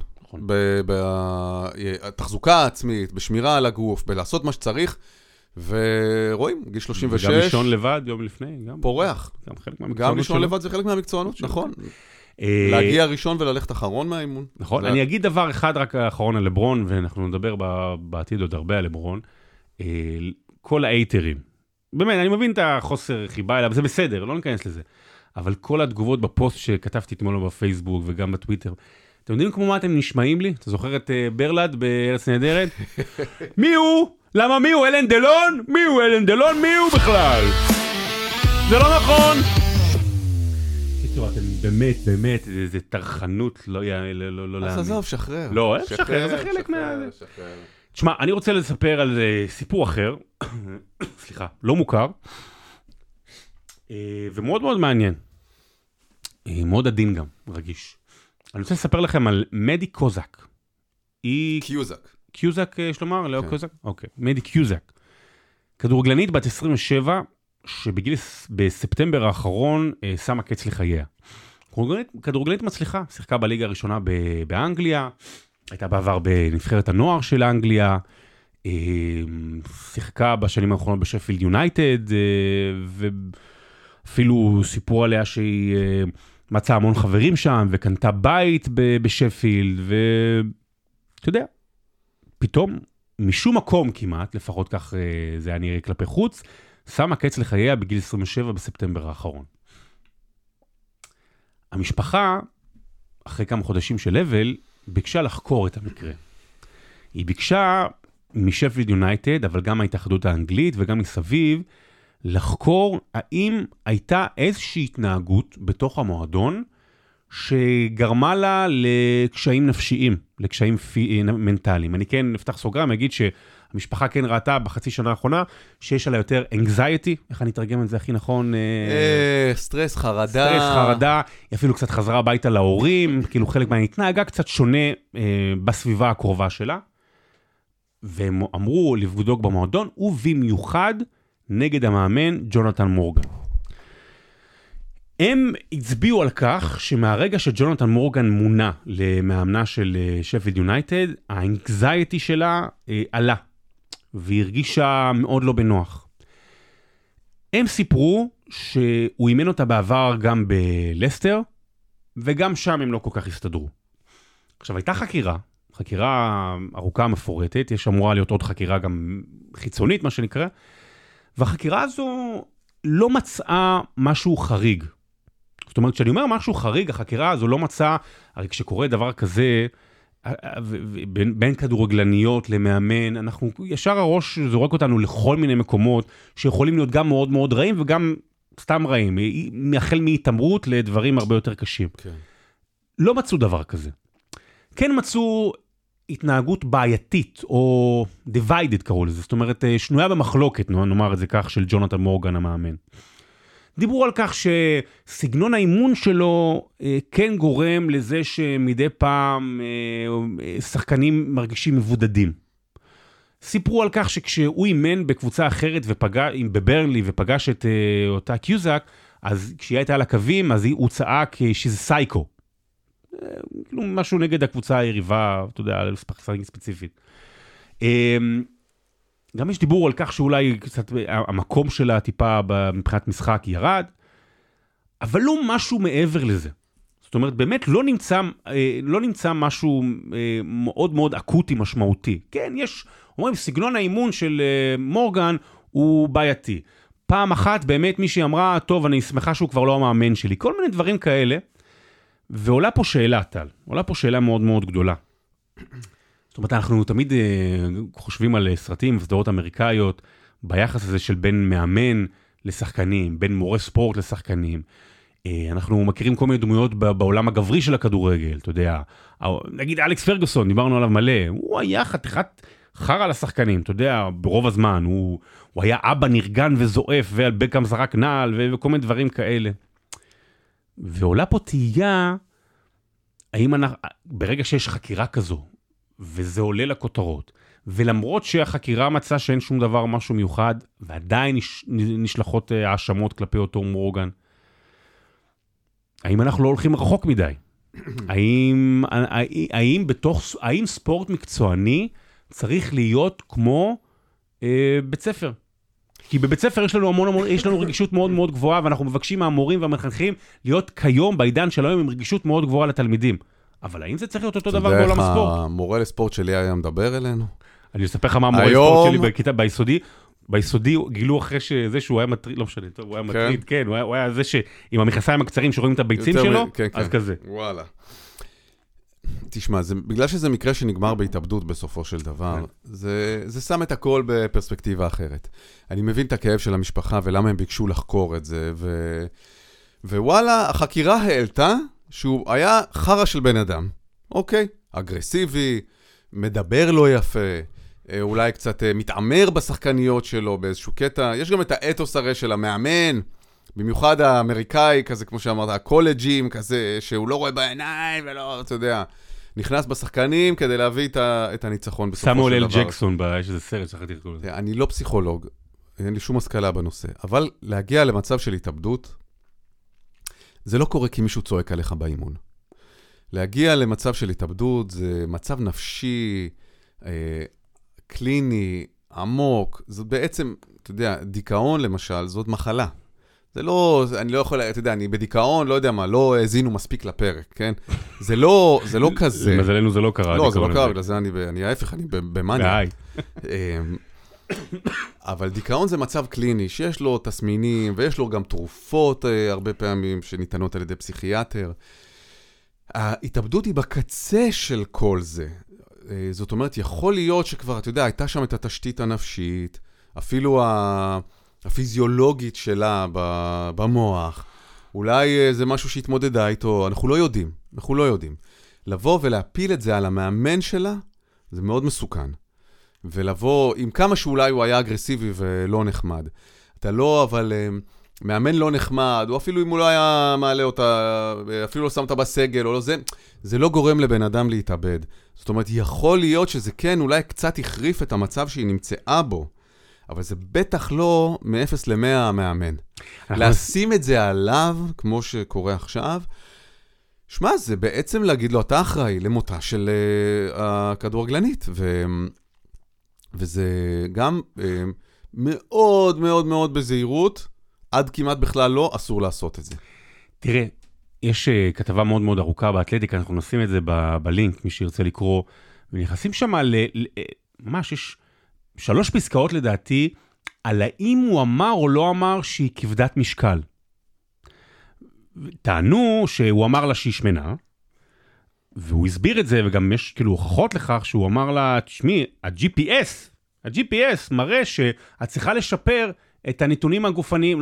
בתחזוקה העצמית, בשמירה על הגוף, בלעשות מה שצריך, ורואים, גיל 36. וגם לישון לבד יום לפני. פורח. גם לישון לבד זה חלק מהמקצוענות, נכון. להגיע ראשון וללכת אחרון מהאימון. נכון, אני אגיד דבר אחד רק האחרון על לברון, ואנחנו נדבר בעתיד עוד הרבה על לברון. כל האייטרים. באמת, אני מבין את החוסר חיבה אליו, זה בסדר, לא ניכנס לזה. אבל כל התגובות בפוסט שכתבתי אתמול בפייסבוק וגם בטוויטר, אתם יודעים כמו מה אתם נשמעים לי? אתה זוכר את ברלד בארץ נהדרת? מי הוא? למה מי הוא? אלן דלון? מי הוא אלן דלון? מי הוא בכלל? זה לא נכון! קיצור, אתם באמת, זה תרחנות, לא להאמין. אז עזוב, שחרר. לא, שחרר, זה חלק מה... תשמע, אני רוצה לספר על סיפור אחר, סליחה, לא מוכר, ומאוד מאוד מעניין. מאוד עדין גם, רגיש. אני רוצה לספר לכם על מדי קוזק. קיוזק. קיוזק, יש לומר? לא קוזק? אוקיי. מדי קיוזק. כדורגלנית בת 27, בספטמבר האחרון שמה קץ לחייה. כדורגלנית מצליחה, שיחקה בליגה הראשונה באנגליה, הייתה בעבר בנבחרת הנוער של אנגליה, שיחקה בשנים האחרונות בשפילד יונייטד, ואפילו סיפור עליה שהיא מצאה המון חברים שם, וקנתה בית בשפילד, ואתה יודע, פתאום, משום מקום כמעט, לפחות כך זה היה נראה כלפי חוץ, שמה קץ לחייה בגיל 27 בספטמבר האחרון. המשפחה, אחרי כמה חודשים של אבל, ביקשה לחקור את המקרה. היא ביקשה משפילד יונייטד, אבל גם מההתאחדות האנגלית וגם מסביב, לחקור האם הייתה איזושהי התנהגות בתוך המועדון, שגרמה לה לקשיים נפשיים, לקשיים מנטליים. אני כן נפתח סוגריים, אגיד שהמשפחה כן ראתה בחצי שנה האחרונה, שיש עליה יותר anxiety, איך אני אתרגם את זה הכי נכון? סטרס, חרדה. סטרס, חרדה, היא אפילו קצת חזרה הביתה להורים, כאילו חלק מההתנהגה קצת שונה בסביבה הקרובה שלה, והם אמרו לבדוק במועדון, ובמיוחד נגד המאמן ג'ונתן מורגן. הם הצביעו על כך שמהרגע שג'ונתן מורגן מונה למאמנה של שפילד יונייטד, האנקזייטי שלה עלה, והיא הרגישה מאוד לא בנוח. הם סיפרו שהוא אימן אותה בעבר גם בלסטר, וגם שם הם לא כל כך הסתדרו. עכשיו, הייתה חקירה ארוכה מפורטת, יש אמורה להיות עוד חקירה גם חיצונית, מה שנקרא, והחקירה הזו לא מצאה משהו חריג. זאת אומרת, כשאני אומר משהו חריג, החקירה הזו לא מצאה, הרי כשקורה דבר כזה, בין כדורגלניות למאמן, אנחנו ישר הראש זורק אותנו לכל מיני מקומות, שיכולים להיות גם מאוד מאוד רעים, וגם סתם רעים, החל מהתאמרות לדברים הרבה יותר קשים. כן. לא מצאו דבר כזה. כן מצאו התנהגות בעייתית, או divided קראו לזה, זאת אומרת, שנויה במחלוקת, נאמר את זה כך, של ג'ונתן מורגן המאמן. דיברו על כך שסגנון האימון שלו כן גורם לזה שמדי פעם שחקנים מרגישים מבודדים. סיפרו על כך שכשהוא אימן בקבוצה אחרת בברנלי ופגש את אותה קיוזק, אז כשהיא הייתה על הקווים, אז הוא צעק שזה סייקו. כאילו משהו נגד הקבוצה היריבה, אתה יודע, על שחקנים ספציפית. גם יש דיבור על כך שאולי קצת המקום שלה טיפה מבחינת משחק ירד, אבל לא משהו מעבר לזה. זאת אומרת, באמת לא נמצא משהו מאוד מאוד אקוטי משמעותי. כן, אומרים, סגנון האימון של מורגן הוא בעייתי. פעם אחת באמת מישהי אמרה, טוב, אני שמחה שהוא כבר לא המאמן שלי. כל מיני דברים כאלה, ועולה פה שאלה, טל. עולה פה שאלה מאוד מאוד גדולה. זאת אומרת, אנחנו תמיד חושבים על סרטים וסדרות אמריקאיות, ביחס הזה של בין מאמן לשחקנים, בין מורה ספורט לשחקנים. אנחנו מכירים כל מיני דמויות בעולם הגברי של הכדורגל, אתה יודע. נגיד אלכס פרגוסון, דיברנו עליו מלא, הוא היה חתיכת חרא לשחקנים, אתה יודע, ברוב הזמן, הוא היה אבא נרגן וזועף, ועל בקאם זרק נעל, וכל מיני דברים כאלה. ועולה פה תהייה, ברגע שיש חקירה כזו, וזה עולה לכותרות, ולמרות שהחקירה מצאה שאין שום דבר משהו מיוחד, ועדיין נשלחות האשמות כלפי אותו מורגן, האם אנחנו לא הולכים רחוק מדי? האם ספורט מקצועני צריך להיות כמו בית ספר? כי בבית ספר יש לנו רגישות מאוד מאוד גבוהה, ואנחנו מבקשים מהמורים והמחנכים להיות כיום, בעידן של היום, עם רגישות מאוד גבוהה לתלמידים. אבל האם זה צריך להיות אותו דבר בעולם הספורט? אתה יודע איך המורה לספורט שלי היה מדבר אלינו? אני אספר לך מה המורה לספורט שלי בכיתה ביסודי. ביסודי גילו אחרי שזה שהוא היה מטריד, לא משנה, טוב, הוא היה מטריד, כן, הוא היה זה שעם המכנסיים הקצרים שרואים את הביצים שלו, אז כזה. וואלה. תשמע, בגלל שזה מקרה שנגמר בהתאבדות בסופו של דבר, זה שם את הכל בפרספקטיבה אחרת. אני מבין את הכאב של המשפחה ולמה הם ביקשו לחקור את זה, ווואלה, החקירה העלתה שהוא היה חרא של בן אדם. אוקיי, אגרסיבי, מדבר לא יפה, אולי קצת מתעמר בשחקניות שלו באיזשהו קטע. יש גם את האתוס הרי של המאמן, במיוחד האמריקאי, כזה כמו שאמרת, הקולג'ים, כזה שהוא לא רואה בעיניים ולא, אתה יודע, נכנס בשחקנים כדי להביא את הניצחון בסופו של דבר. סמואל אל ג'קסון, יש איזה סרט שחרתי את כל זה. אני לא פסיכולוג, אין לי שום השכלה בנושא, אבל להגיע למצב של התאבדות, זה לא קורה כי מישהו צועק עליך באימון. להגיע למצב של התאבדות זה מצב נפשי, קליני, עמוק, זאת בעצם, אתה יודע, דיכאון למשל, זאת מחלה. זה לא, אני לא יכול, אתה יודע, אני בדיכאון, לא יודע מה, לא הזינו מספיק לפרק, כן? זה לא כזה. למזלנו זה לא קרה. לא, זה לא קרה, בגלל זה אני ההפך, אני במאניה. אבל דיכאון זה מצב קליני, שיש לו תסמינים, ויש לו גם תרופות הרבה פעמים שניתנות על ידי פסיכיאטר. ההתאבדות היא בקצה של כל זה. זאת אומרת, יכול להיות שכבר, אתה יודע, הייתה שם את התשתית הנפשית, אפילו הפיזיולוגית שלה במוח. אולי זה משהו שהתמודדה איתו, אנחנו לא יודעים. לבוא ולהפיל את זה על המאמן שלה, זה מאוד מסוכן. ולבוא, עם כמה שאולי הוא היה אגרסיבי ולא נחמד. אתה לא, אבל מאמן לא נחמד, או אפילו אם הוא לא היה מעלה אותה, אפילו לא שם אותה בסגל, או לא זה לא גורם לבן אדם להתאבד. זאת אומרת, יכול להיות שזה כן, אולי קצת החריף את המצב שהיא נמצאה בו, אבל זה בטח לא מ-0 ל-100 המאמן. לשים את זה עליו, כמו שקורה עכשיו, שמה, זה בעצם להגיד לו, אתה אחראי למותה של הכדורגלנית, וזה גם מאוד מאוד מאוד בזהירות, עד כמעט בכלל לא, אסור לעשות את זה. תראה, יש כתבה מאוד מאוד ארוכה באתלטיקה, אנחנו נשים את זה בלינק, מי שירצה לקרוא, ונכנסים שם ממש יש 3 פסקאות לדעתי, על האם הוא אמר או לא אמר שהיא כבדת משקל. טענו שהוא אמר לה שהיא שמנה, והוא הסביר את זה, וגם יש כאילו הוכחות לכך שהוא אמר לה, תשמעי, ה-GPS מראה שאת צריכה לשפר את הנתונים הגופניים,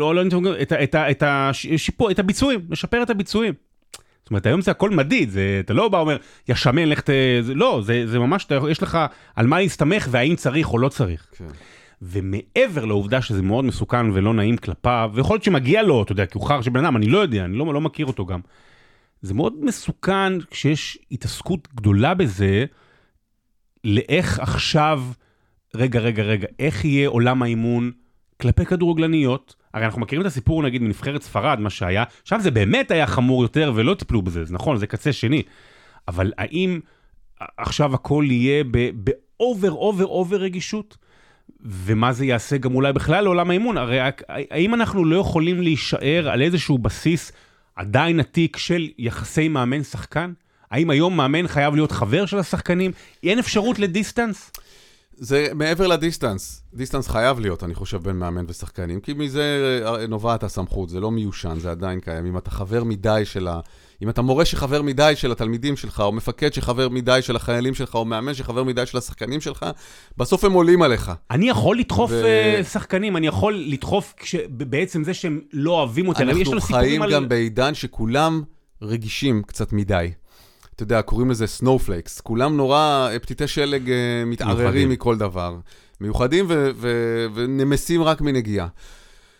את הביצועים, לשפר את הביצועים. זאת אומרת, היום זה הכל מדיד, אתה לא בא אומר, ישמן, לא, זה ממש, יש לך על מה להסתמך, והאם צריך או לא צריך. כן. ומעבר לעובדה שזה מאוד מסוכן ולא נעים כלפיו, ויכול להיות שמגיע לו, אתה יודע, כי הוא חר שבן אדם, אני לא יודע, אני לא מכיר אותו גם. זה מאוד מסוכן כשיש התעסקות גדולה בזה, לאיך עכשיו, רגע, איך יהיה עולם האימון כלפי כדורגלניות? הרי אנחנו מכירים את הסיפור, נגיד, מנבחרת ספרד, מה שהיה, שם זה באמת היה חמור יותר ולא טיפלו בזה, זה נכון, זה קצה שני. אבל האם עכשיו הכל יהיה באובר רגישות? ומה זה יעשה גם אולי בכלל לעולם האימון? הרי האם אנחנו לא יכולים להישאר על איזשהו בסיס עדיין עתיק של יחסי מאמן-שחקן? האם היום מאמן חייב להיות חבר של השחקנים? אין אפשרות לדיסטנס? זה מעבר לדיסטנס. דיסטנס חייב להיות, אני חושב, בין מאמן ושחקנים, כי מזה נובעת הסמכות, זה לא מיושן, זה עדיין קיים. אם אתה חבר מדי אם אתה מורה שחבר מדי של התלמידים שלך, או מפקד שחבר מדי של החיילים שלך, או מאמן שחבר מדי של השחקנים שלך, בסוף הם עולים עליך. אני יכול לדחוף שחקנים, אני יכול לדחוף בעצם זה שהם לא אוהבים אותי. אנחנו חיים גם בעידן שכולם רגישים קצת מדי. אתה יודע, קוראים לזה סנופלייקס. כולם נורא פתיתי שלג מתערערים מכל דבר. מיוחדים ונמסים רק מנגיעה.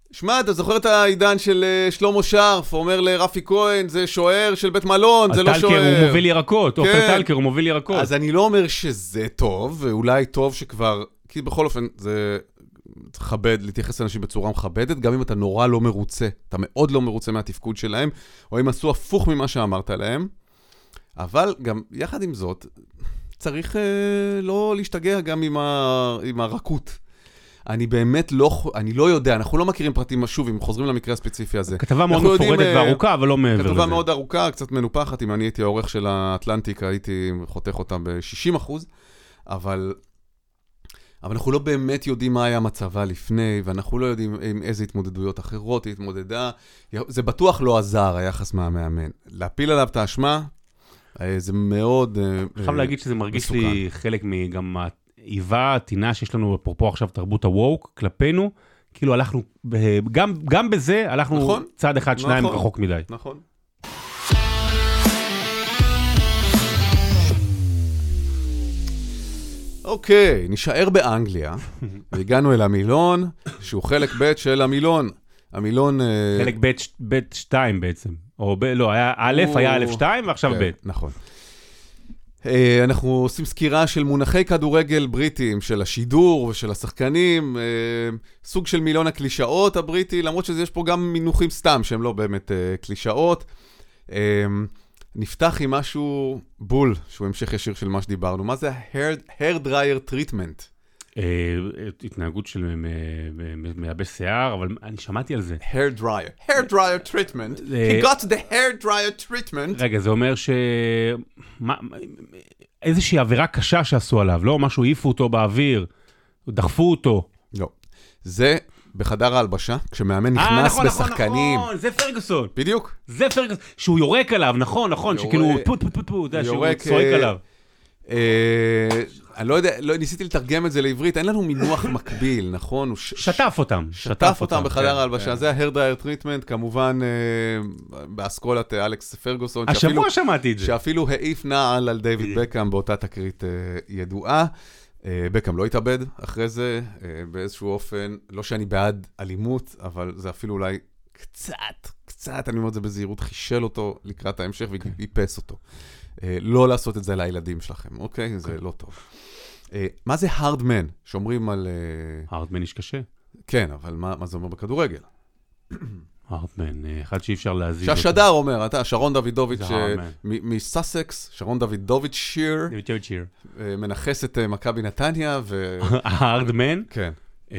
שמע, אתה זוכר את העידן של שלמה שרף, אומר לרפי כהן, זה שוער של בית מלון, זה לא שוער. טלקר הוא מוביל ירקות, עופר טלקר הוא מוביל ירקות. אז אני לא אומר שזה טוב, ואולי טוב שכבר, כי בכל אופן זה מכבד, להתייחס לאנשים בצורה מכבדת, גם אם אתה נורא לא מרוצה, אתה מאוד לא מרוצה מהתפקוד שלהם, או אם עשו הפוך ממה שאמרת להם, אבל גם יחד עם זאת, צריך לא להשתגע גם עם הרכות. אני באמת לא יודע, אנחנו לא מכירים פרטים, שוב, אם חוזרים למקרה הספציפי הזה. כתבה מאוד מפורטת וארוכה, אבל לא מעבר לזה. כתבה מאוד ארוכה, קצת מנופחת, אם אני הייתי העורך של האטלנטיק, הייתי חותך אותה ב-60%, אבל אנחנו לא באמת יודעים מה היה מצבה לפני, ואנחנו לא יודעים עם איזה התמודדויות אחרות היא התמודדה. זה בטוח לא עזר, היחס מהמאמן. להפיל עליו את האשמה, זה מאוד מסוכן. חייב להגיד שזה מרגיש לי חלק מגם איבה, תינה שיש לנו, אפרופו עכשיו תרבות הווק, כלפינו, כאילו הלכנו, גם בזה הלכנו נכון, צעד אחד, שניים נכון, רחוק מדי. נכון. אוקיי, נשאר באנגליה, והגענו אל המילון, שהוא חלק ב' של המילון. המילון... חלק ב' 2 בעצם. או לא, היה א', היה א' 2 ועכשיו ב'. נכון. אנחנו עושים סקירה של מונחי כדורגל בריטיים, של השידור ושל השחקנים, סוג של מילון הקלישאות הבריטי, למרות שיש פה גם מינוחים סתם שהם לא באמת קלישאות. נפתח עם משהו בול, שהוא המשך ישיר של מה שדיברנו. מה זה hair dryer treatment? התנהגות של מייבש שיער, אבל אני שמעתי על זה. hair dryer treatment. He got the hair dryer treatment. רגע, זה אומר איזושהי עבירה קשה שעשו עליו, לא? משהו העיפו אותו באוויר, דחפו אותו. לא. זה בחדר ההלבשה, כשמאמן נכנס בשחקנים. נכון, זה פרגוסון. בדיוק. זה פרגוסון, שהוא יורק עליו, נכון, שכאילו פוט, שהוא צועק עליו. אני לא יודע, ניסיתי לתרגם את זה לעברית, אין לנו מינוח מקביל, נכון? שטף אותם בחדר ההלבשה, זה ה-hair dryer treatment, כמובן באסכולת אלכס פרגוסון. השבוע שמעתי את זה. שאפילו העיף נעל על דיוויד בקאם באותה תקרית ידועה. בקאם לא התאבד אחרי זה, באיזשהו אופן, לא שאני בעד אלימות, אבל זה אפילו אולי קצת, אני אומר את זה בזהירות, חישל אותו לקראת ההמשך ואיפס אותו. לא לעשות את זה לילדים שלכם, אוקיי? זה לא טוב. מה זה hard man? שאומרים על... hard man איש קשה. כן, אבל מה זה אומר בכדורגל? hard man, אחד שאי אפשר להזיז. שהשדר אומר, אתה, שרון דוידוביץ' מסאסקס, שרון דוידוביץ' שיר, מנחס את מכבי נתניה ו... hard man? כן.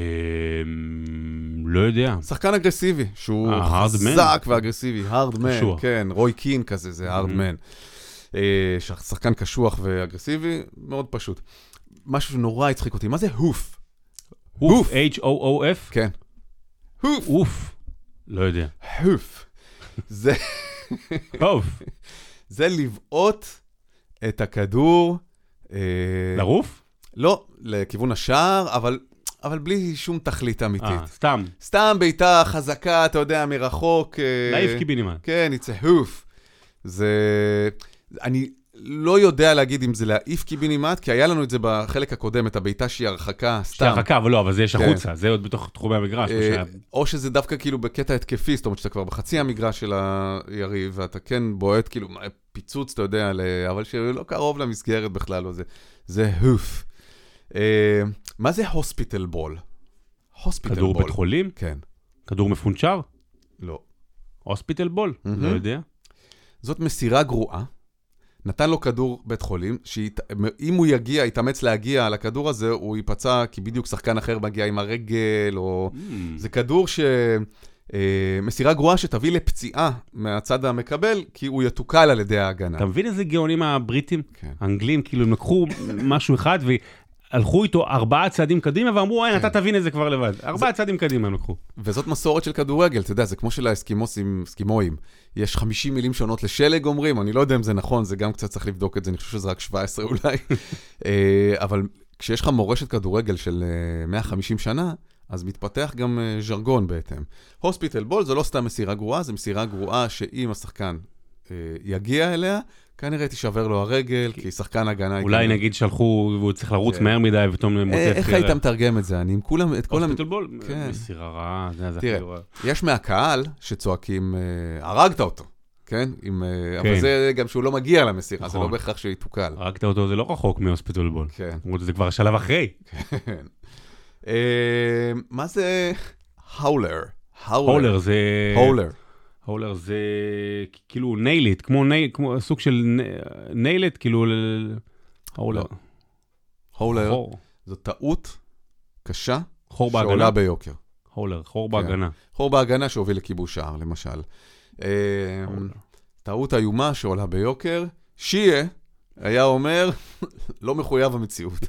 לא יודע. שחקן אגרסיבי, שהוא חזק ואגרסיבי, hard man, כן, רוי קין כזה, זה hard man. שחקן קשוח ואגרסיבי, מאוד פשוט. משהו שנורא הצחיק אותי, מה זה הוף? הוף, H-O-O-F? כן. הוף. לא יודע. הוף. זה... הוף. זה לבעוט את הכדור... לרוף? לא, לכיוון השער, אבל בלי שום תכלית אמיתית. סתם. סתם בעיטה חזקה, אתה יודע, מרחוק. להעיף קיבינימט. כן, it's a hoof. זה... אני לא יודע להגיד אם זה להעיף קיבינימט, כי היה לנו את זה בחלק הקודם, את הבעיטה שהיא הרחקה, סתם. שהיא הרחקה, אבל לא, אבל זה יש החוצה, זה עוד בתוך תחומי המגרש. או שזה דווקא כאילו בקטע התקפי, זאת אומרת שאתה כבר בחצי המגרש של היריב, ואתה כן בועט כאילו פיצוץ, אתה יודע, אבל שלא קרוב למסגרת בכלל, לא זה. זה הוף. מה זה הוספיטל בול? כדור בית חולים? כן. כדור מפונצ'ר? לא. הוספיטל בול? לא יודע. זאת מסירה גרועה. נתן לו כדור בית חולים, שאם הוא יתאמץ להגיע לכדור הזה, הוא ייפצע, כי בדיוק שחקן אחר מגיע עם הרגל, או... זה כדור מסירה גרועה שתביא לפציעה מהצד המקבל, כי הוא יתוקל על ידי ההגנה. אתה מבין איזה גאונים הבריטים? כן. האנגלים, כאילו הם לקחו משהו אחד, והלכו איתו 4 צעדים קדימה, ואמרו, אין, אתה תבין את זה כבר לבד. 4 צעדים קדימה הם לקחו. וזאת מסורת של כדורגל, אתה יודע, זה כמו של האסקימואים. יש 50 מילים שונות לשלג, אומרים, אני לא יודע אם זה נכון, זה גם קצת צריך לבדוק את זה, אני חושב שזה רק 17 אולי. אבל כשיש לך מורשת כדורגל של 150 שנה, אז מתפתח גם ז'רגון בהתאם. הוספיטל בול זה לא סתם מסירה גרועה, זה מסירה גרועה שאם השחקן יגיע אליה, כנראה תישבר לו הרגל, כי שחקן הגנה... אולי נגיד שלחו, והוא צריך לרוץ מהר מדי, ופתאום מוצא... איך היית מתרגם את זה? אני עם כולם... הוספיטל בול? מסירה רעה, זה תראה, יש מהקהל שצועקים, הרגת אותו, כן? אבל זה גם שהוא לא מגיע למסירה, זה לא בהכרח שהיא תוקל. הרגת אותו, זה לא רחוק מהוספיטל בול. כן. זה כבר שלב אחרי. כן. מה זה הולר? הולר זה... הולר. הולר זה כאילו ניילית, כמו סוג של ניילית, כאילו... הולר. הולר זו טעות קשה שעולה ביוקר. הולר, חור בהגנה. חור בהגנה שהוביל לכיבוש שער, למשל. טעות איומה שעולה ביוקר. שיה היה אומר, לא מחויב המציאות.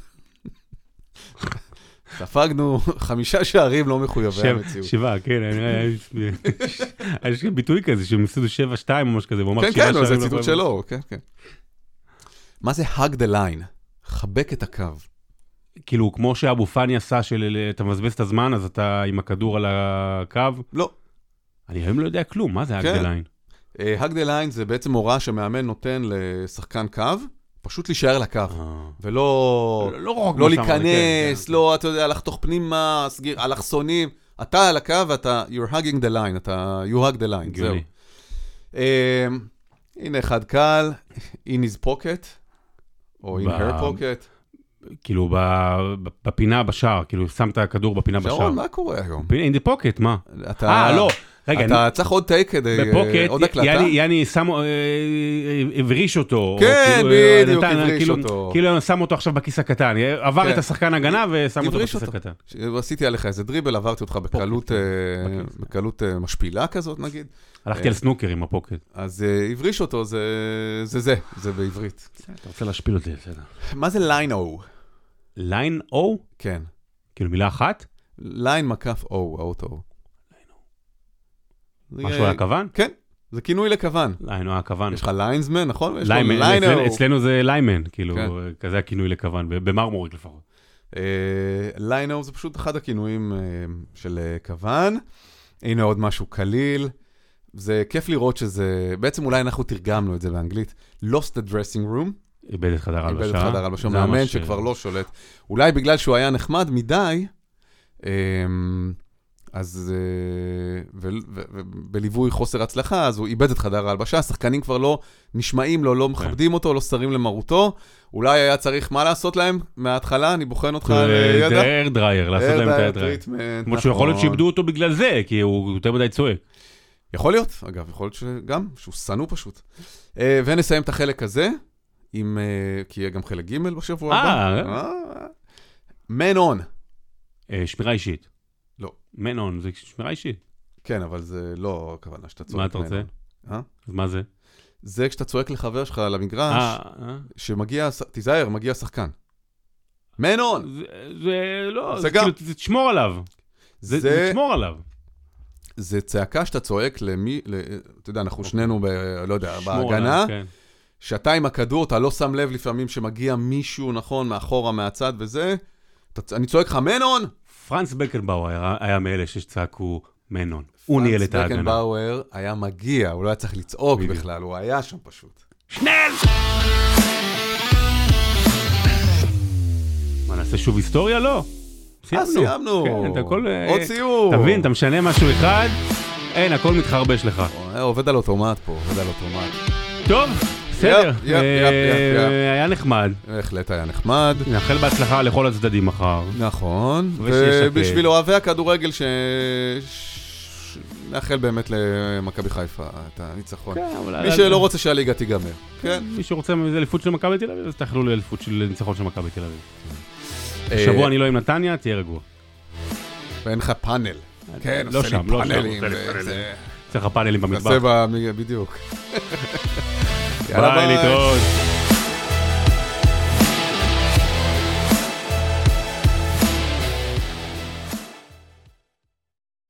ספגנו 5 שערים לא מחויבי המציאות. 7, כן, יש ביטוי כזה, שהם הפסידו 7-2 או משהו כזה, כן, כן, זה ציטוט שלו, כן, כן. מה זה hug the line? חבק את הקו. כאילו, כמו שאבו פאני עשה, אתה מבזבז את הזמן, אז אתה עם הכדור על הקו? לא. אני היום לא יודע כלום, מה זה hug the line? hug the line זה בעצם הוראה שמאמן נותן לשחקן קו, פשוט להישאר לקו, ולא להיכנס, לא, אתה יודע, לחתוך פנימה, אלכסונים, אתה על הקו, ואתה, you're hugging the line, you hug the line, זהו. הנה אחד קל, in his pocket, או in her pocket. כאילו בפינה בשער, כאילו שמת הכדור בפינה בשער. שרון, מה קורה היום? in the pocket, מה? לא. רגע, אתה צריך עוד טייק כדי, עוד הקלטה? יאני הבריש אותו. כן, בדיוק, הבריש אותו. כאילו שם אותו עכשיו בכיס הקטן, עבר את השחקן הגנה ושם אותו בכיס הקטן. עשיתי עליך איזה דריבל, עברתי אותך בקלות משפילה כזאת נגיד. הלכתי על סנוקר עם הפוקט. אז הבריש אותו, זה בעברית. אתה רוצה להשפיל אותי, בסדר. מה זה ליין או? ליין או? כן. כאילו מילה אחת? ליין מקף או, האוטו. משהו על הכוון? כן, זה כינוי לכוון. ליינו הכוון. יש לך ליינסמן, נכון? אצלנו זה ליימן, כאילו, כזה הכינוי לכוון, במרמורק לפחות. ליינו זה פשוט אחד הכינויים של כוון. הנה עוד משהו קליל. זה כיף לראות שזה, בעצם אולי אנחנו תרגמנו את זה באנגלית, lost the dressing room. איבד את חדר הלבשה. איבד את חדר הלבשה, מאמן שכבר לא שולט. אולי בגלל שהוא היה נחמד מדי, אז בליווי חוסר הצלחה, אז הוא איבד את חדר ההלבשה, השחקנים כבר לא נשמעים לו, לא מכבדים אותו, לא שרים למרותו, אולי היה צריך מה לעשות להם מההתחלה, אני בוחן אותך על ידע. אר דרייר, לעשות להם את האר דרייר. כמו שיכול להיות שאיבדו אותו בגלל זה, כי הוא יותר מדי צועק. יכול להיות, אגב, יכול להיות שגם, שהוא סנו פשוט. ונסיים את החלק הזה, כי יהיה גם חלק ג' בשבוע הבא. Man on. שמירה אישית. לא. מנון, זה שמירה אישית. כן, אבל זה לא הכוונה שאתה צועק. מה אתה רוצה? אז מה זה? זה כשאתה צועק לחבר שלך על המגרש, שמגיע, תיזהר, מגיע שחקן. מנון! זה לא, זה תשמור עליו. זה תשמור עליו. זה צעקה שאתה צועק למי, אתה יודע, אנחנו שנינו, לא יודע, בהגנה, שאתה עם הכדור, אתה לא שם לב לפעמים שמגיע מישהו, נכון, מאחורה, מהצד וזה, אני צועק לך, מנון! פרנץ בקנבאואר היה מאלה שצעקו מנון. הוא ניהל את ההגנה. פרנץ בקנבאואר היה מגיע, הוא לא היה צריך לצעוק בכלל, הוא היה שם פשוט. שנל! מה, נעשה שוב היסטוריה? לא. סיימנו. עוד סיום. תבין, אתה משנה משהו אחד, אין, הכל מתחרבש לך. עובד על אוטומט פה, עובד על אוטומט. טוב. בסדר, היה נחמד. בהחלט היה נחמד. נאחל בהצלחה לכל הצדדים מחר. נכון, ובשביל אוהבי הכדורגל נאחל באמת למכבי חיפה את הניצחון. מי שלא רוצה שהליגה תיגמר. מי שרוצה אליפות של מכבי תל אביב, אז תאחלו לאליפות של ניצחון של מכבי תל אביב. שבוע אני לא עם נתניה, תהיה רגוע. ואין לך פאנל. כן, לא שם, לא שם. צריך פאנלים במדבר. בדיוק. ביי, להתראות.